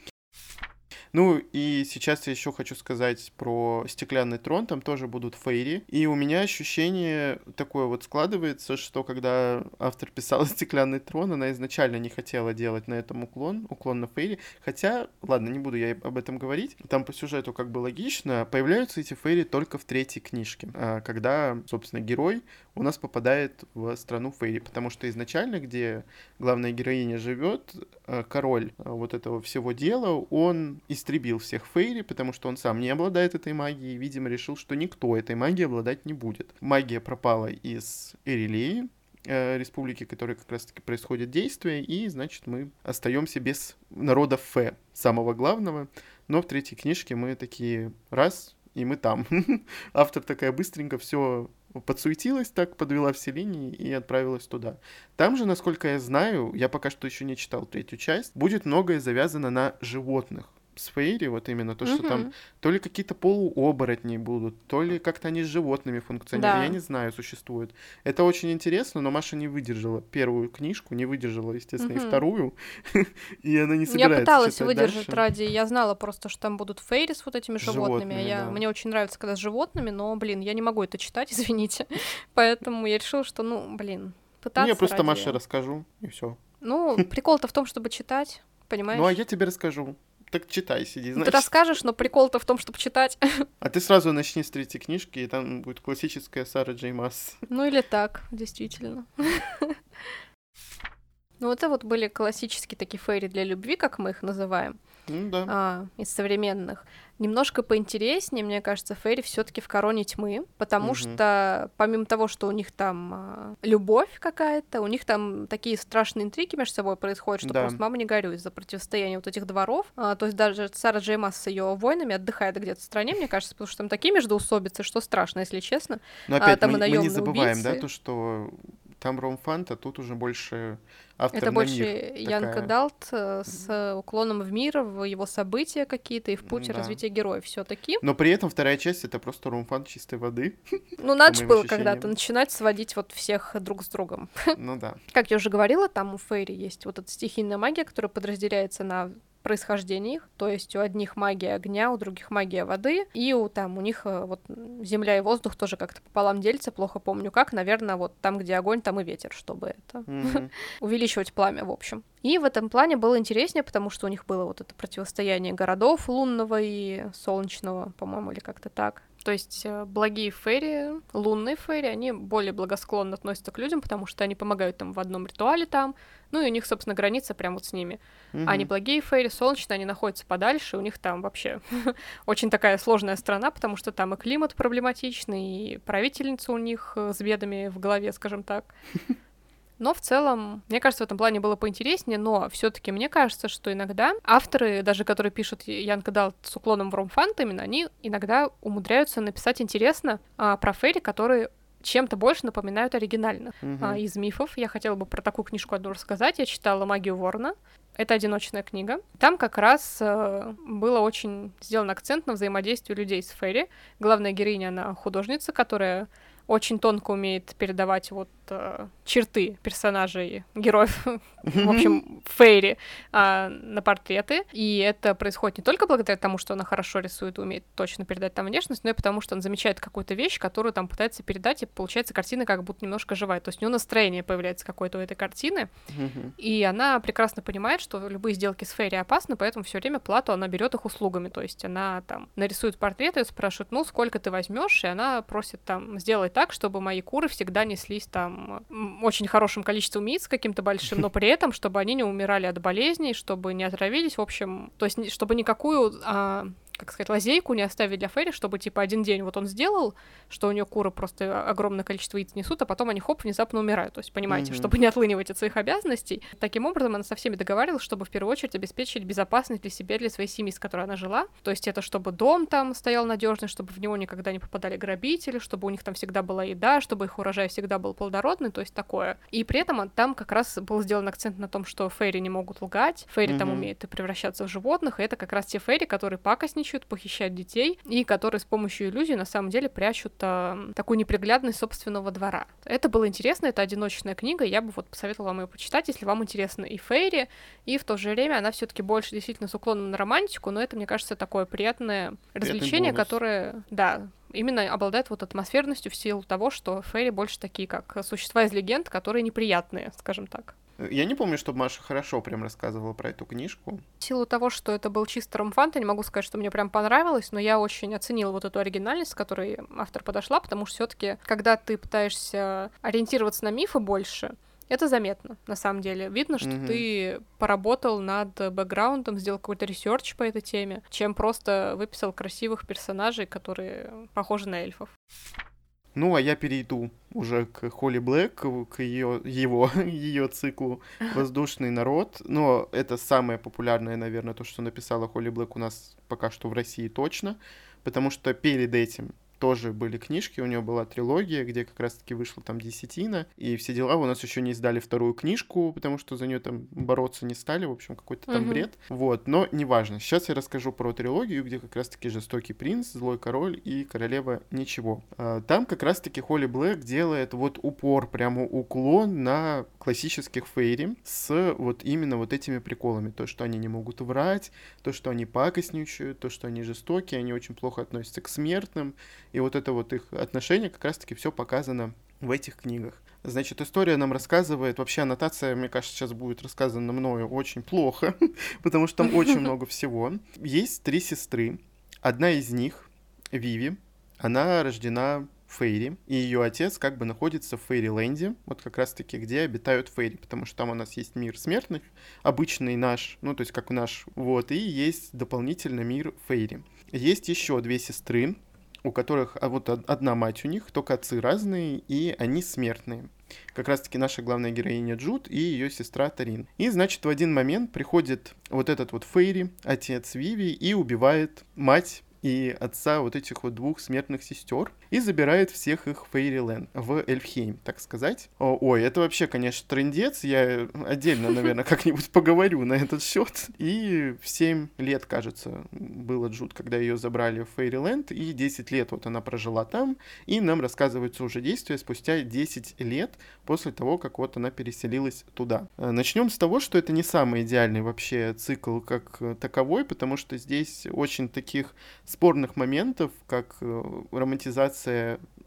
Ну, и сейчас я еще хочу сказать про «Стеклянный трон», там тоже будут фейри, и у меня ощущение такое вот складывается, что когда автор писала «Стеклянный трон», она изначально не хотела делать на этом уклон на фейри, хотя, ладно, не буду я об этом говорить, там по сюжету как бы логично, появляются эти фейри только в 3-й книжке, когда, собственно, герой у нас попадает в страну фейри, потому что изначально, где главная героиня живет, король вот этого всего дела, он истребил всех фейри, потому что он сам не обладает этой магией, и, видимо, решил, что никто этой магией обладать не будет. Магия пропала из Эрелии, республики, в которой как раз-таки происходит действие, и, значит, мы остаемся без народа Фе, самого главного, но в 3-й книжке мы такие раз, и мы там. Автор такая быстренько все подсуетилась так, подвела все линии и отправилась туда. Там же, насколько я знаю, я пока что еще не читал 3-ю часть, будет многое завязано на животных. С фейри, вот именно то, что там то ли какие-то полуоборотни будут, то ли как-то они с животными функционируют, я не знаю, существует. Это очень интересно, но Маша не выдержала 1-ю книжку, не выдержала, естественно, и 2-ю, и она не собирается. Я пыталась читать выдержать дальше. ради, я знала просто, что там будут фейри с вот этими животными, да. Мне очень нравится, когда с животными, но, блин, я не могу это читать, извините, поэтому я решила, что, пытаться Я просто ради... Маше расскажу, и все. Ну, прикол-то в том, чтобы читать, понимаешь? Ну, а я тебе расскажу. Так читай, сиди, значит. Ты расскажешь, но прикол-то в том, чтобы читать. А ты сразу начни с 3-й книжки, и там будет классическая Сара Джей Маас. Ну или так, действительно. Ну, это вот были классические такие фейри для любви, как мы их называем. Ну да. Из современных. Немножко поинтереснее, мне кажется, фейри все-таки в Короне тьмы, потому что помимо того, что у них там любовь какая-то, у них там такие страшные интриги между собой происходят, что просто мама не горюй из-за противостояния вот этих дворов. То есть даже Сара Джей Маас с ее воинами отдыхает где-то в стране, мне кажется, потому что там такие междоусобицы, что страшно, если честно. Но опять там мы не забываем, убийцы. да, то, что там ромфант, а тут уже больше автор это на больше мир. Янка Далт с уклоном в мир, в его события какие-то и в путь развития героев все-таки. Но при этом 2-я часть — это просто ромфант чистой воды. Ну, надо же было когда-то начинать сводить вот всех друг с другом. Ну да. Как я уже говорила, там у фейри есть вот эта стихийная магия, которая подразделяется на происхождение их, то есть у одних магия огня, у других магия воды, и у них вот земля и воздух тоже как-то пополам делятся, плохо помню как, наверное, вот там, где огонь, там и ветер, чтобы это увеличивать пламя, в общем. И в этом плане было интереснее, потому что у них было вот это противостояние городов лунного и солнечного, по-моему, или как-то так. То есть благие фейри, лунные фейри, они более благосклонно относятся к людям, потому что они помогают там в одном ритуале там, Ну, и у них, собственно, граница прям вот с ними. Мгм. А неблагие фейри, солнечные, они находятся подальше, у них там вообще очень такая сложная страна, потому что там и климат проблематичный, и правительница у них с бедами в голове, скажем так. Но в целом, мне кажется, в этом плане было поинтереснее, но все-таки мне кажется, что иногда авторы, даже которые пишут Young Adult с уклоном в ромфант именно, они иногда умудряются написать интересно про фейри, которые чем-то больше напоминают оригинальных. Из мифов я хотела бы про такую книжку одну рассказать. Я читала «Магию Ворона». Это одиночная книга. Там как раз было очень сделан акцент на взаимодействие людей с фейри. Главная героиня, она художница, которая очень тонко умеет передавать вот черты персонажей, героев, в общем, фейри на портреты. И это происходит не только благодаря тому, что она хорошо рисует и умеет точно передать там внешность, но и потому, что она замечает какую-то вещь, которую там пытается передать, и получается картина как будто немножко живая. То есть у нее настроение появляется какое-то у этой картины, и она прекрасно понимает, что любые сделки с фейри опасны, поэтому все время плату она берет их услугами. То есть она там нарисует портрет и спрашивает, ну, сколько ты возьмешь, и она просит там сделать так, чтобы мои куры всегда неслись там очень хорошим количеством яиц каким-то большим, но при этом, чтобы они не умирали от болезней, чтобы не отравились, в общем, то есть чтобы никакую как сказать, лазейку не оставить для фейри, чтобы, типа, один день вот он сделал, что у нее куры просто огромное количество яиц несут, а потом они, хоп, внезапно умирают. То есть, понимаете, чтобы не отлынивать от своих обязанностей. Таким образом, она со всеми договаривалась, чтобы в первую очередь обеспечить безопасность для себя, для своей семьи, с которой она жила. То есть это чтобы дом там стоял надежный, чтобы в него никогда не попадали грабители, чтобы у них там всегда была еда, чтобы их урожай всегда был плодородный, то есть такое. И при этом там как раз был сделан акцент на том, что фейри не могут лгать, фейри там умеют и превращаться в животных, и это как раз те фейри, которые пакостничают, похищают детей, и которые с помощью иллюзий на самом деле прячут такую неприглядность собственного двора. Это было интересно, это одиночная книга, я бы вот посоветовала вам ее почитать, если вам интересно и фейри, и в то же время она все-таки больше действительно с уклоном на романтику, но это, мне кажется, такое приятное развлечение, которое, да, именно обладает вот атмосферностью в силу того, что фейри больше такие, как существа из легенд, которые неприятные, скажем так. Я не помню, чтобы Маша хорошо прям рассказывала про эту книжку. В силу того, что это был чисто ромфант, я не могу сказать, что мне прям понравилось, но я очень оценила вот эту оригинальность, с которой автор подошла, потому что все-таки, когда ты пытаешься ориентироваться на мифы больше, это заметно, на самом деле. Видно, что ты поработал над бэкграундом, сделал какой-то ресерч по этой теме, чем просто выписал красивых персонажей, которые похожи на эльфов. Ну, а я перейду уже к Холли Блэк, к ее циклу «Воздушный народ». Но это самое популярное, наверное, то, что написала Холли Блэк у нас пока что в России точно, потому что перед этим тоже были книжки, у нее была трилогия, где как раз-таки вышла там «Десятина», и все дела. У нас еще не издали вторую книжку, потому что за нее там бороться не стали, в общем, какой-то там бред. Вот, но неважно. Сейчас я расскажу про трилогию, где как раз-таки «Жестокий принц», «Злой король» и «Королева ничего». Там как раз-таки Холли Блэк делает вот упор, прямо уклон на классических фейри с вот именно вот этими приколами. То, что они не могут врать, то, что они пакостничают, то, что они жестокие, они очень плохо относятся к смертным. И вот это вот их отношение как раз-таки все показано в этих книгах. Значит, история нам рассказывает, вообще аннотация, мне кажется, сейчас будет рассказана мною очень плохо, потому что там очень много всего. Есть 3 сестры. Одна из них, Виви, она рождена фейри, и ее отец как бы находится в Фейриленде, вот как раз-таки, где обитают фейри, потому что там у нас есть мир смертных, обычный наш, ну, то есть как наш, вот, и есть дополнительно мир фейри. Есть еще 2 сестры, у которых, вот одна мать у них, только отцы разные, и они смертные. Как раз-таки наша главная героиня Джуд и ее сестра Тарин. И, значит, в один момент приходит вот этот вот фейри, отец Виви, и убивает мать и отца вот этих вот 2 смертных сестер и забирает всех их в Фейриленд, в Эльфхейм, так сказать. Ой, это вообще, конечно, трындец, я отдельно, наверное, как-нибудь поговорю на этот счет. И в 7 лет, кажется, было Джуд, когда ее забрали в Фейриленд, и 10 лет вот она прожила там, и нам рассказывается уже действие спустя 10 лет после того, как вот она переселилась туда. Начнем с того, что это не самый идеальный вообще цикл как таковой, потому что здесь очень таких спорных моментов, как романтизация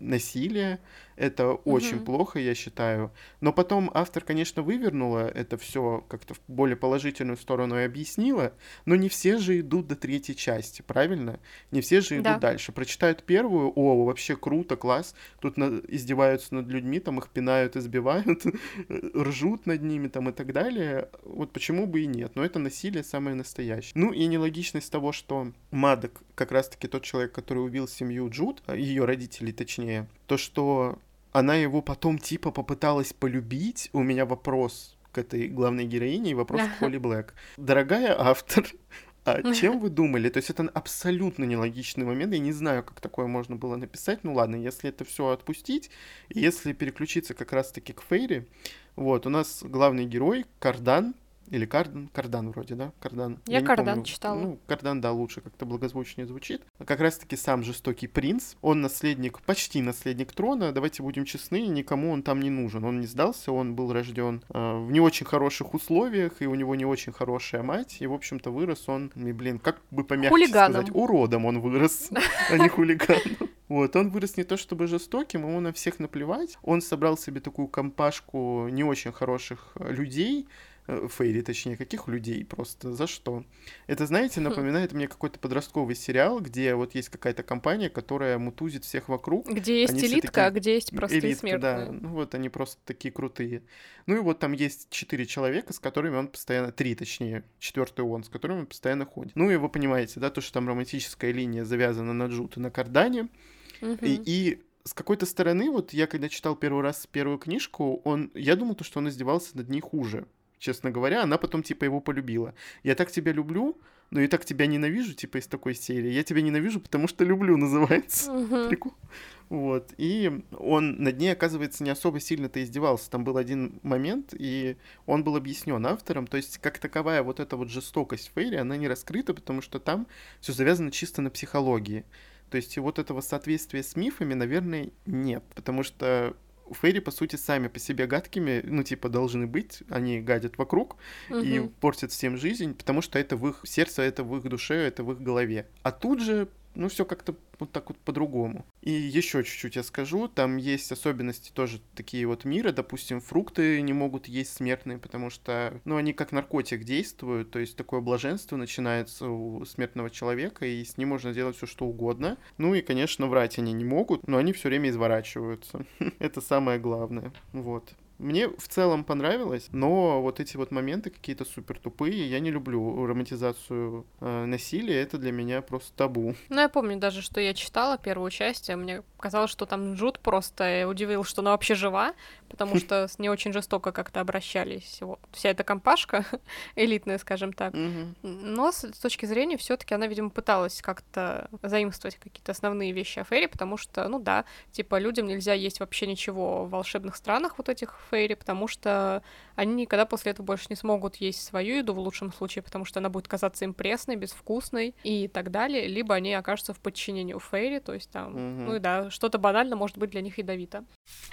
насилие, это очень плохо, я считаю. Но потом автор, конечно, вывернула это все как-то в более положительную сторону и объяснила, но не все же идут до третьей части, правильно? Не все же идут дальше. Прочитают первую, о, вообще круто, класс, тут издеваются над людьми, там их пинают, избивают, ржут над ними там и так далее. Вот почему бы и нет? Но это насилие самое настоящее. Ну и нелогичность того, что Мадок как раз-таки тот человек, который убил семью Джуд, ее родителей точнее, то, что она его потом типа попыталась полюбить, у меня вопрос к этой главной героине и вопрос к Холли Блэк. Дорогая автор, а чем вы думали? То есть это абсолютно нелогичный момент. Я не знаю, как такое можно было написать. Ну ладно, если это все отпустить, если переключиться как раз-таки к Фейри, вот, у нас главный герой Кардан, или Кардан вроде, да? Кардан. Я Кардан читала. Ну, Кардан, да, лучше, как-то благозвучнее звучит. Как раз-таки сам жестокий принц. Он наследник, почти наследник трона. Давайте будем честны, никому он там не нужен. Он не сдался, он был рожден в не очень хороших условиях, и у него не очень хорошая мать. И, в общем-то, вырос он, как бы помягче сказать, уродом он вырос, а не хулиганом. Вот, он вырос не то чтобы жестоким, ему на всех наплевать. Он собрал себе такую компашку не очень хороших людей, Фейри, точнее, каких людей просто, за что? Это, знаете, напоминает мне какой-то подростковый сериал, где вот есть какая-то компания, которая мутузит всех вокруг. Где есть элитка, а где есть простые смертные. Да, ну вот они просто такие крутые. Ну и вот там есть 4 человека, с которыми он постоянно, 3 точнее, 4-й он, с которыми он постоянно ходит. Ну и вы понимаете, да, то, что там романтическая линия завязана на Джуд и на Кардане. И с какой-то стороны, вот я когда читал первый раз первую книжку, я думал, что он издевался над ней хуже. Честно говоря, она потом, типа, его полюбила. Я так тебя люблю, но и так тебя ненавижу, типа, из такой серии. Я тебя ненавижу, потому что люблю, называется. Прикол. Вот. И он над ней, оказывается, не особо сильно-то издевался. Там был один момент, и он был объяснен автором. То есть, как таковая вот эта вот жестокость Фейри, она не раскрыта, потому что там все завязано чисто на психологии. То есть, вот этого соответствия с мифами, наверное, нет. Потому что Фейри, по сути, сами по себе гадкими, ну, типа, должны быть, они гадят вокруг и портят всем жизнь, потому что это в их сердце, это в их душе, это в их голове. А тут же, ну, все как-то вот так вот по-другому. И еще чуть-чуть я скажу, там есть особенности тоже такие вот мира, допустим, фрукты не могут есть смертные, потому что, ну, они как наркотик действуют, то есть такое блаженство начинается у смертного человека, и с ним можно делать все что угодно. Ну и, конечно, врать они не могут, но они все время изворачиваются. Это самое главное. Вот. Мне в целом понравилось, но вот эти вот моменты какие-то супер тупые. Я не люблю романтизацию насилия, это для меня просто табу. Ну, я помню даже, что я читала первую часть, и мне казалось, что там Джуд просто удивил, что она вообще жива, потому что с ней очень жестоко как-то обращались. Вот. Вся эта компашка элитная, скажем так. Но с точки зрения все-таки она, видимо, пыталась как-то заимствовать какие-то основные вещи о Фейри, потому что, ну да, типа людям нельзя есть вообще ничего в волшебных странах вот этих Фейри, потому что они никогда после этого больше не смогут есть свою еду в лучшем случае, потому что она будет казаться им пресной, безвкусной и так далее, либо они окажутся в подчинении у Фейри, то есть там, ну и да, что-то банально может быть для них ядовито.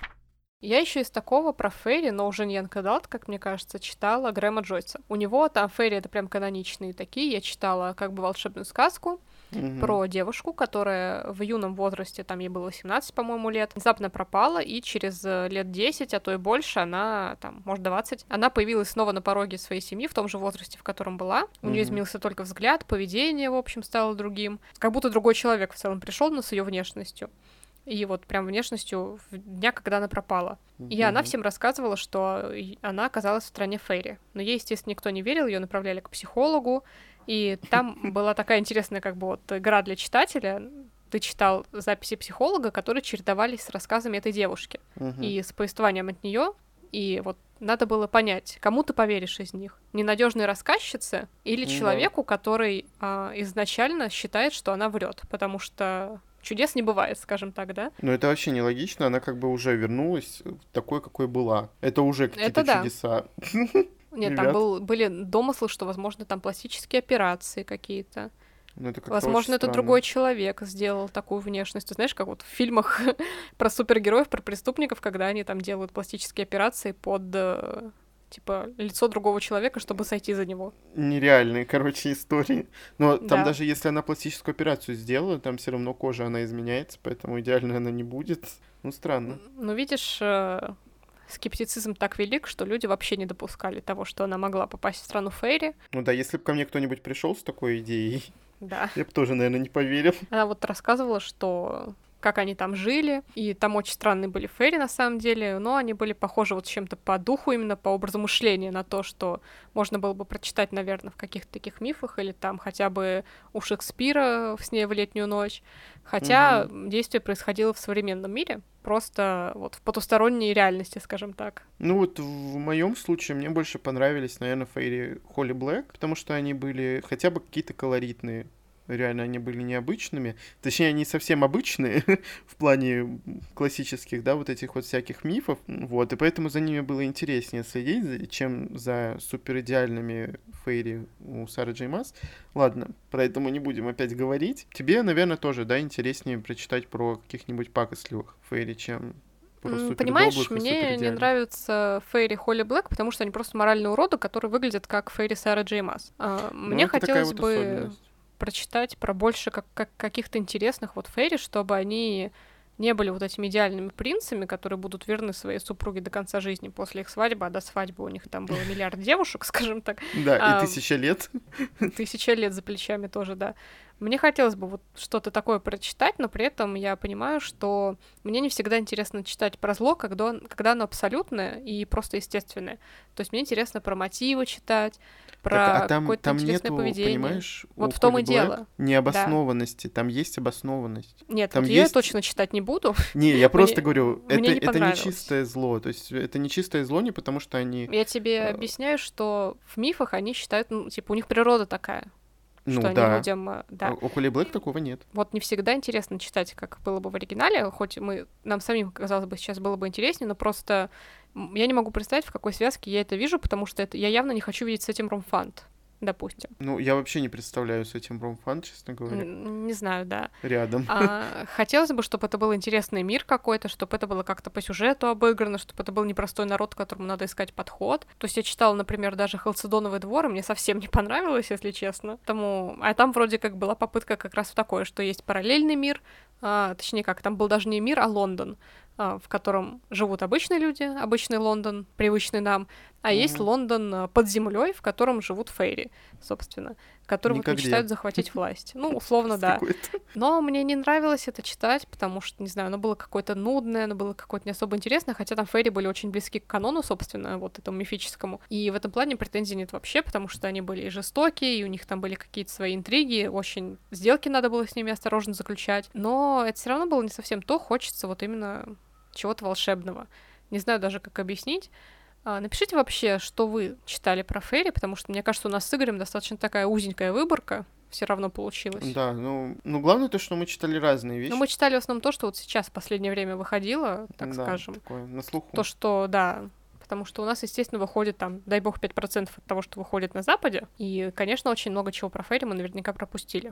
Я еще из такого про Фейри, но уже не Young Adult, как мне кажется, читала Грэма Джойса. У него там Фейри — это прям каноничные такие. Я читала как бы волшебную сказку про девушку, которая в юном возрасте, там ей было 18, по-моему, лет, внезапно пропала, и через лет 10, а то и больше, она, там, может, 20, она появилась снова на пороге своей семьи в том же возрасте, в котором была. У нее изменился только взгляд, поведение, в общем, стало другим. Как будто другой человек в целом пришел, но с ее внешностью. И вот прям внешностью в дня, когда она пропала. И она всем рассказывала, что она оказалась в стране Фейри. Но ей, естественно, никто не верил, ее направляли к психологу. И там была такая интересная как бы вот игра для читателя. Ты читал записи психолога, которые чередовались с рассказами этой девушки. И с повествованием от нее. И вот надо было понять, кому ты поверишь из них. Ненадежной рассказчице или человеку, который изначально считает, что она врет, потому что чудес не бывает, скажем так, да? Ну, это вообще нелогично, она как бы уже вернулась такой, какой была. Это уже какие-то чудеса. Нет, там были домыслы, что, возможно, там пластические операции какие-то. Возможно, это другой человек сделал такую внешность. Ты знаешь, как вот в фильмах про супергероев, про преступников, когда они там делают пластические операции под типа, лицо другого человека, чтобы сойти за него. Нереальные, короче, истории. Но там Да. даже если она пластическую операцию сделала, там все равно кожа, она изменяется, поэтому идеальной она не будет. Ну, странно. Ну, видишь, скептицизм так велик, что люди вообще не допускали того, что она могла попасть в страну Фейри. Ну да, если бы ко мне кто-нибудь пришел с такой идеей, Да. я бы тоже, наверное, не поверил. Она вот рассказывала, что как они там жили, и там очень странные были фейри на самом деле, но они были похожи вот чем-то по духу, именно по образу мышления на то, что можно было бы прочитать, наверное, в каких-то таких мифах, или там хотя бы у Шекспира в «Сне в летнюю ночь», хотя действие происходило в современном мире, просто вот в потусторонней реальности, скажем так. Ну вот в моем случае мне больше понравились, наверное, Фейри Холли Блэк, потому что они были хотя бы какие-то колоритные. Реально, они были необычными. Точнее, они совсем обычные в плане классических, да, вот этих вот всяких мифов. Вот, и поэтому за ними было интереснее следить, чем за суперидеальными Фейри у Сары Джей Маас. Ладно, про это мы не будем опять говорить. Тебе, наверное, тоже, да, интереснее прочитать про каких-нибудь пакостливых Фейри, чем про супердобрых Понимаешь, и мне не суперидеальных. нравятся Фейри Холли Блэк, потому что они просто моральные уроды, которые выглядят как Фейри Сара Джей Маас. Мне это такая хотелось вот бы особенность. прочитать про больше каких-то интересных вот фейри, чтобы они не были вот этими идеальными принцами, которые будут верны своей супруге до конца жизни после их свадьбы, а до свадьбы у них там было миллиард девушек, скажем так. Да, и 1000 лет. 1000 лет за плечами тоже, да. Мне хотелось бы вот что-то такое прочитать, но при этом я понимаю, что мне не всегда интересно читать про зло, когда оно абсолютное и просто естественное. То есть мне интересно про мотивы читать, про какое-то там интересное нету, поведение. понимаешь, Вот у в том Холли и дело. Блэк необоснованности, там есть обоснованность. Нет, Там вот я есть... точно читать не буду. Не, я просто говорю, мне не это не понравилось. чистое зло. То есть это не чистое зло не потому, что они... Я тебе объясняю, что в мифах они считают, ну, типа, у них природа такая, Ну что да. они людям... Да. У Холли Блэк такого нет. Вот не всегда интересно читать, как было бы в оригинале, хоть нам самим, казалось бы, сейчас было бы интереснее, но просто я не могу представить, в какой связке я это вижу, потому что я явно не хочу видеть с этим ромфант, допустим. Ну, я вообще не представляю с этим ромфан, честно говоря. Не знаю, да. Рядом. Хотелось бы, чтобы это был интересный мир какой-то, чтобы это было как-то по сюжету обыграно, чтобы это был непростой народ, которому надо искать подход. То есть я читала, например, даже «Халцедоновый двор», и мне совсем не понравилось, если честно. А там вроде как была попытка как раз в такое, что есть параллельный мир, точнее как, там был даже не мир, а Лондон, в котором живут обычные люди, обычный Лондон, привычный нам, а есть Лондон под землей, в котором живут фейри, собственно, которые вот мечтают захватить власть. Ну, условно, да. Но мне не нравилось это читать, потому что, не знаю, оно было какое-то нудное, оно было какое-то не особо интересное, хотя там фейри были очень близки к канону, собственно, вот этому мифическому. И в этом плане претензий нет вообще, потому что они были и жестокие, и у них там были какие-то свои интриги, очень сделки надо было с ними осторожно заключать. Но это все равно было не совсем то, хочется вот именно чего-то волшебного. Не знаю даже, как объяснить. Напишите вообще, что вы читали про фейри, потому что, мне кажется, у нас с Игорем достаточно такая узенькая выборка все равно получилась. Да, ну главное то, что мы читали разные вещи. Ну, мы читали в основном то, что вот сейчас в последнее время выходило, так скажем. Такое, на слуху. То, что, да, потому что у нас, естественно, выходит там, дай бог, 5% от того, что выходит на Западе, и, конечно, очень много чего про фейри мы наверняка пропустили.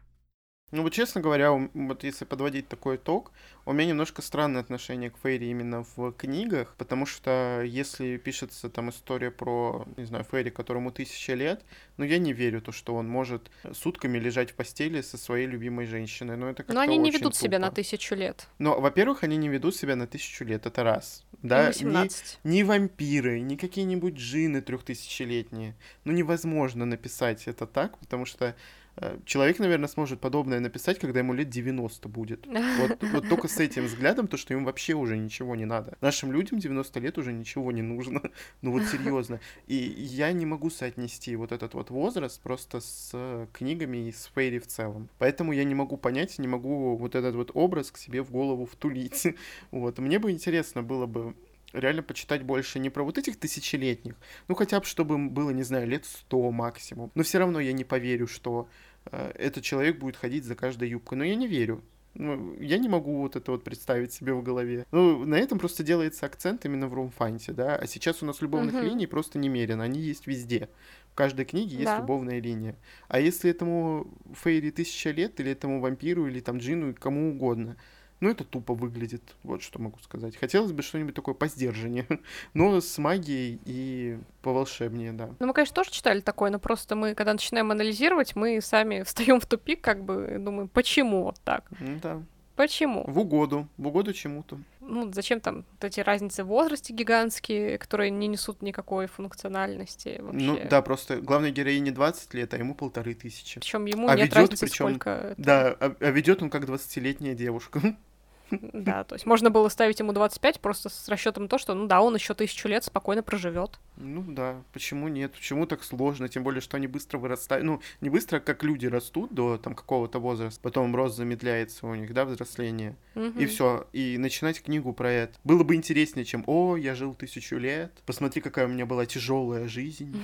Ну вот, честно говоря, вот если подводить такой итог, у меня немножко странное отношение к фейри именно в книгах, потому что если пишется там история про, не знаю, фейри, которому 1000 лет, ну я не верю то, что он может сутками лежать в постели со своей любимой женщиной. Ну это как-то Но они не очень ведут себя на тупо. 1000 лет. Но, во-первых, они не ведут себя на 1000 лет, это раз. Да, 18. ни вампиры, ни какие-нибудь джинны 3000-летние. Ну невозможно написать это так, потому что человек, наверное, сможет подобное написать, когда ему лет 90 будет. Вот только с этим взглядом, то, что им вообще уже ничего не надо. Нашим людям 90 лет уже ничего не нужно. Ну вот серьезно. И я не могу соотнести вот этот вот возраст просто с книгами и с фейри в целом. Поэтому я не могу понять, не могу вот этот вот образ к себе в голову втулить. Вот. Мне бы интересно было бы реально почитать больше не про вот этих тысячелетних, ну хотя бы чтобы было, не знаю, лет 100 максимум. Но все равно я не поверю, что этот человек будет ходить за каждой юбкой. Но я не верю. Ну, я не могу вот это вот представить себе в голове. Ну, на этом просто делается акцент именно в ромфанте, да. А сейчас у нас любовных линий просто немерено. Они есть везде. В каждой книге есть любовная линия. А если этому фейри 1000 лет, или этому вампиру, или там джину, кому угодно, Ну, это тупо выглядит, вот что могу сказать. Хотелось бы что-нибудь такое посдержаннее, но с магией и поволшебнее, да. Ну, мы, конечно, тоже читали такое, но просто мы, когда начинаем анализировать, мы сами встаем в тупик, как бы, думаем, почему вот так? Да. Почему? В угоду чему-то. Ну, зачем там вот эти разницы в возрасте гигантские, которые не несут никакой функциональности вообще? Ну, да, просто главной героине 20 лет, а ему 1500. Причем ему нет разницы, сколько... Да, а ведет он как 20-летняя девушка. Да, то есть можно было ставить ему 25 просто с расчетом то, что, ну да, он еще 1000 лет спокойно проживет. Ну да, почему нет? Почему так сложно? Тем более, что они быстро вырастают. Ну, не быстро, как люди растут до там какого-то возраста, потом рост замедляется у них, да, взросление. И все. И начинать книгу про это. Было бы интереснее, чем «О, я жил 1000 лет, посмотри, какая у меня была тяжелая жизнь».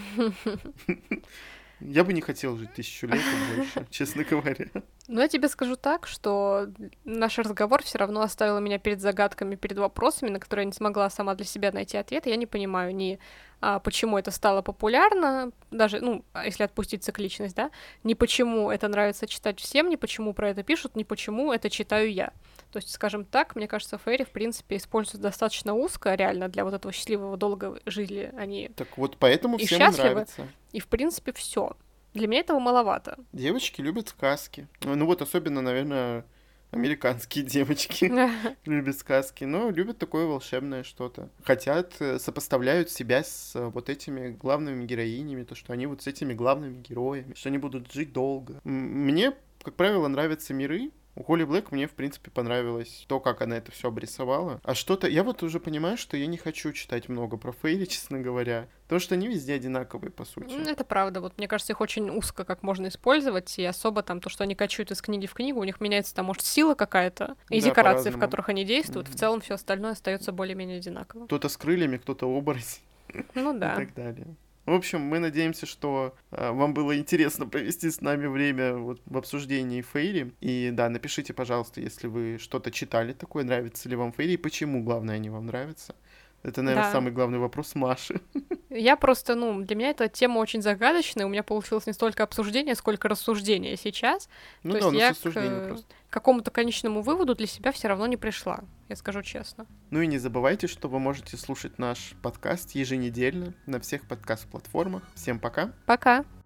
Я бы не хотел жить 1000 лет и больше, честно говоря. Но я тебе скажу так, что наш разговор все равно оставил меня перед загадками, перед вопросами, на которые я не смогла сама для себя найти ответ. Я не понимаю ни почему это стало популярно, даже, ну, если отпустить цикличность, да, ни почему это нравится читать всем, ни почему про это пишут, ни почему это читаю я. То есть, скажем так, мне кажется, фэри, в принципе, используются достаточно узко, реально, для вот этого счастливого, долгой жизни они так вот поэтому и всем счастливы, нравится. И, в принципе, все. Для меня этого маловато. Девочки любят сказки. Ну вот особенно, наверное, американские девочки любят сказки, но любят такое волшебное что-то. Хотят, сопоставляют себя с вот этими главными героинями, то, что они вот с этими главными героями, что они будут жить долго. Мне, как правило, нравятся миры. У Холли Блэк мне, в принципе, понравилось то, как она это все обрисовала. А что-то... Я вот уже понимаю, что я не хочу читать много про фейри, честно говоря. Потому что они везде одинаковые, по сути. Это правда. Вот мне кажется, их очень узко как можно использовать, и особо там то, что они качают из книги в книгу, у них меняется там, может, сила какая-то, и да, декорации, по-разному. в которых они действуют. В целом все остальное остается более-менее одинаково. Кто-то с крыльями, кто-то оборотень. Ну да. И так далее. В общем, мы надеемся, что вам было интересно провести с нами время вот в обсуждении фейри. И да, напишите, пожалуйста, если вы что-то читали такое, нравится ли вам фейри, и почему, главное, они вам нравятся. Это, наверное, самый главный вопрос Маши. Я просто, для меня эта тема очень загадочная. У меня получилось не столько обсуждение, сколько рассуждение сейчас. Ну то да, есть у нас я просто. К какому-то конечному выводу для себя все равно не пришла, я скажу честно. Ну и не забывайте, что вы можете слушать наш подкаст еженедельно на всех подкаст-платформах. Всем пока. Пока.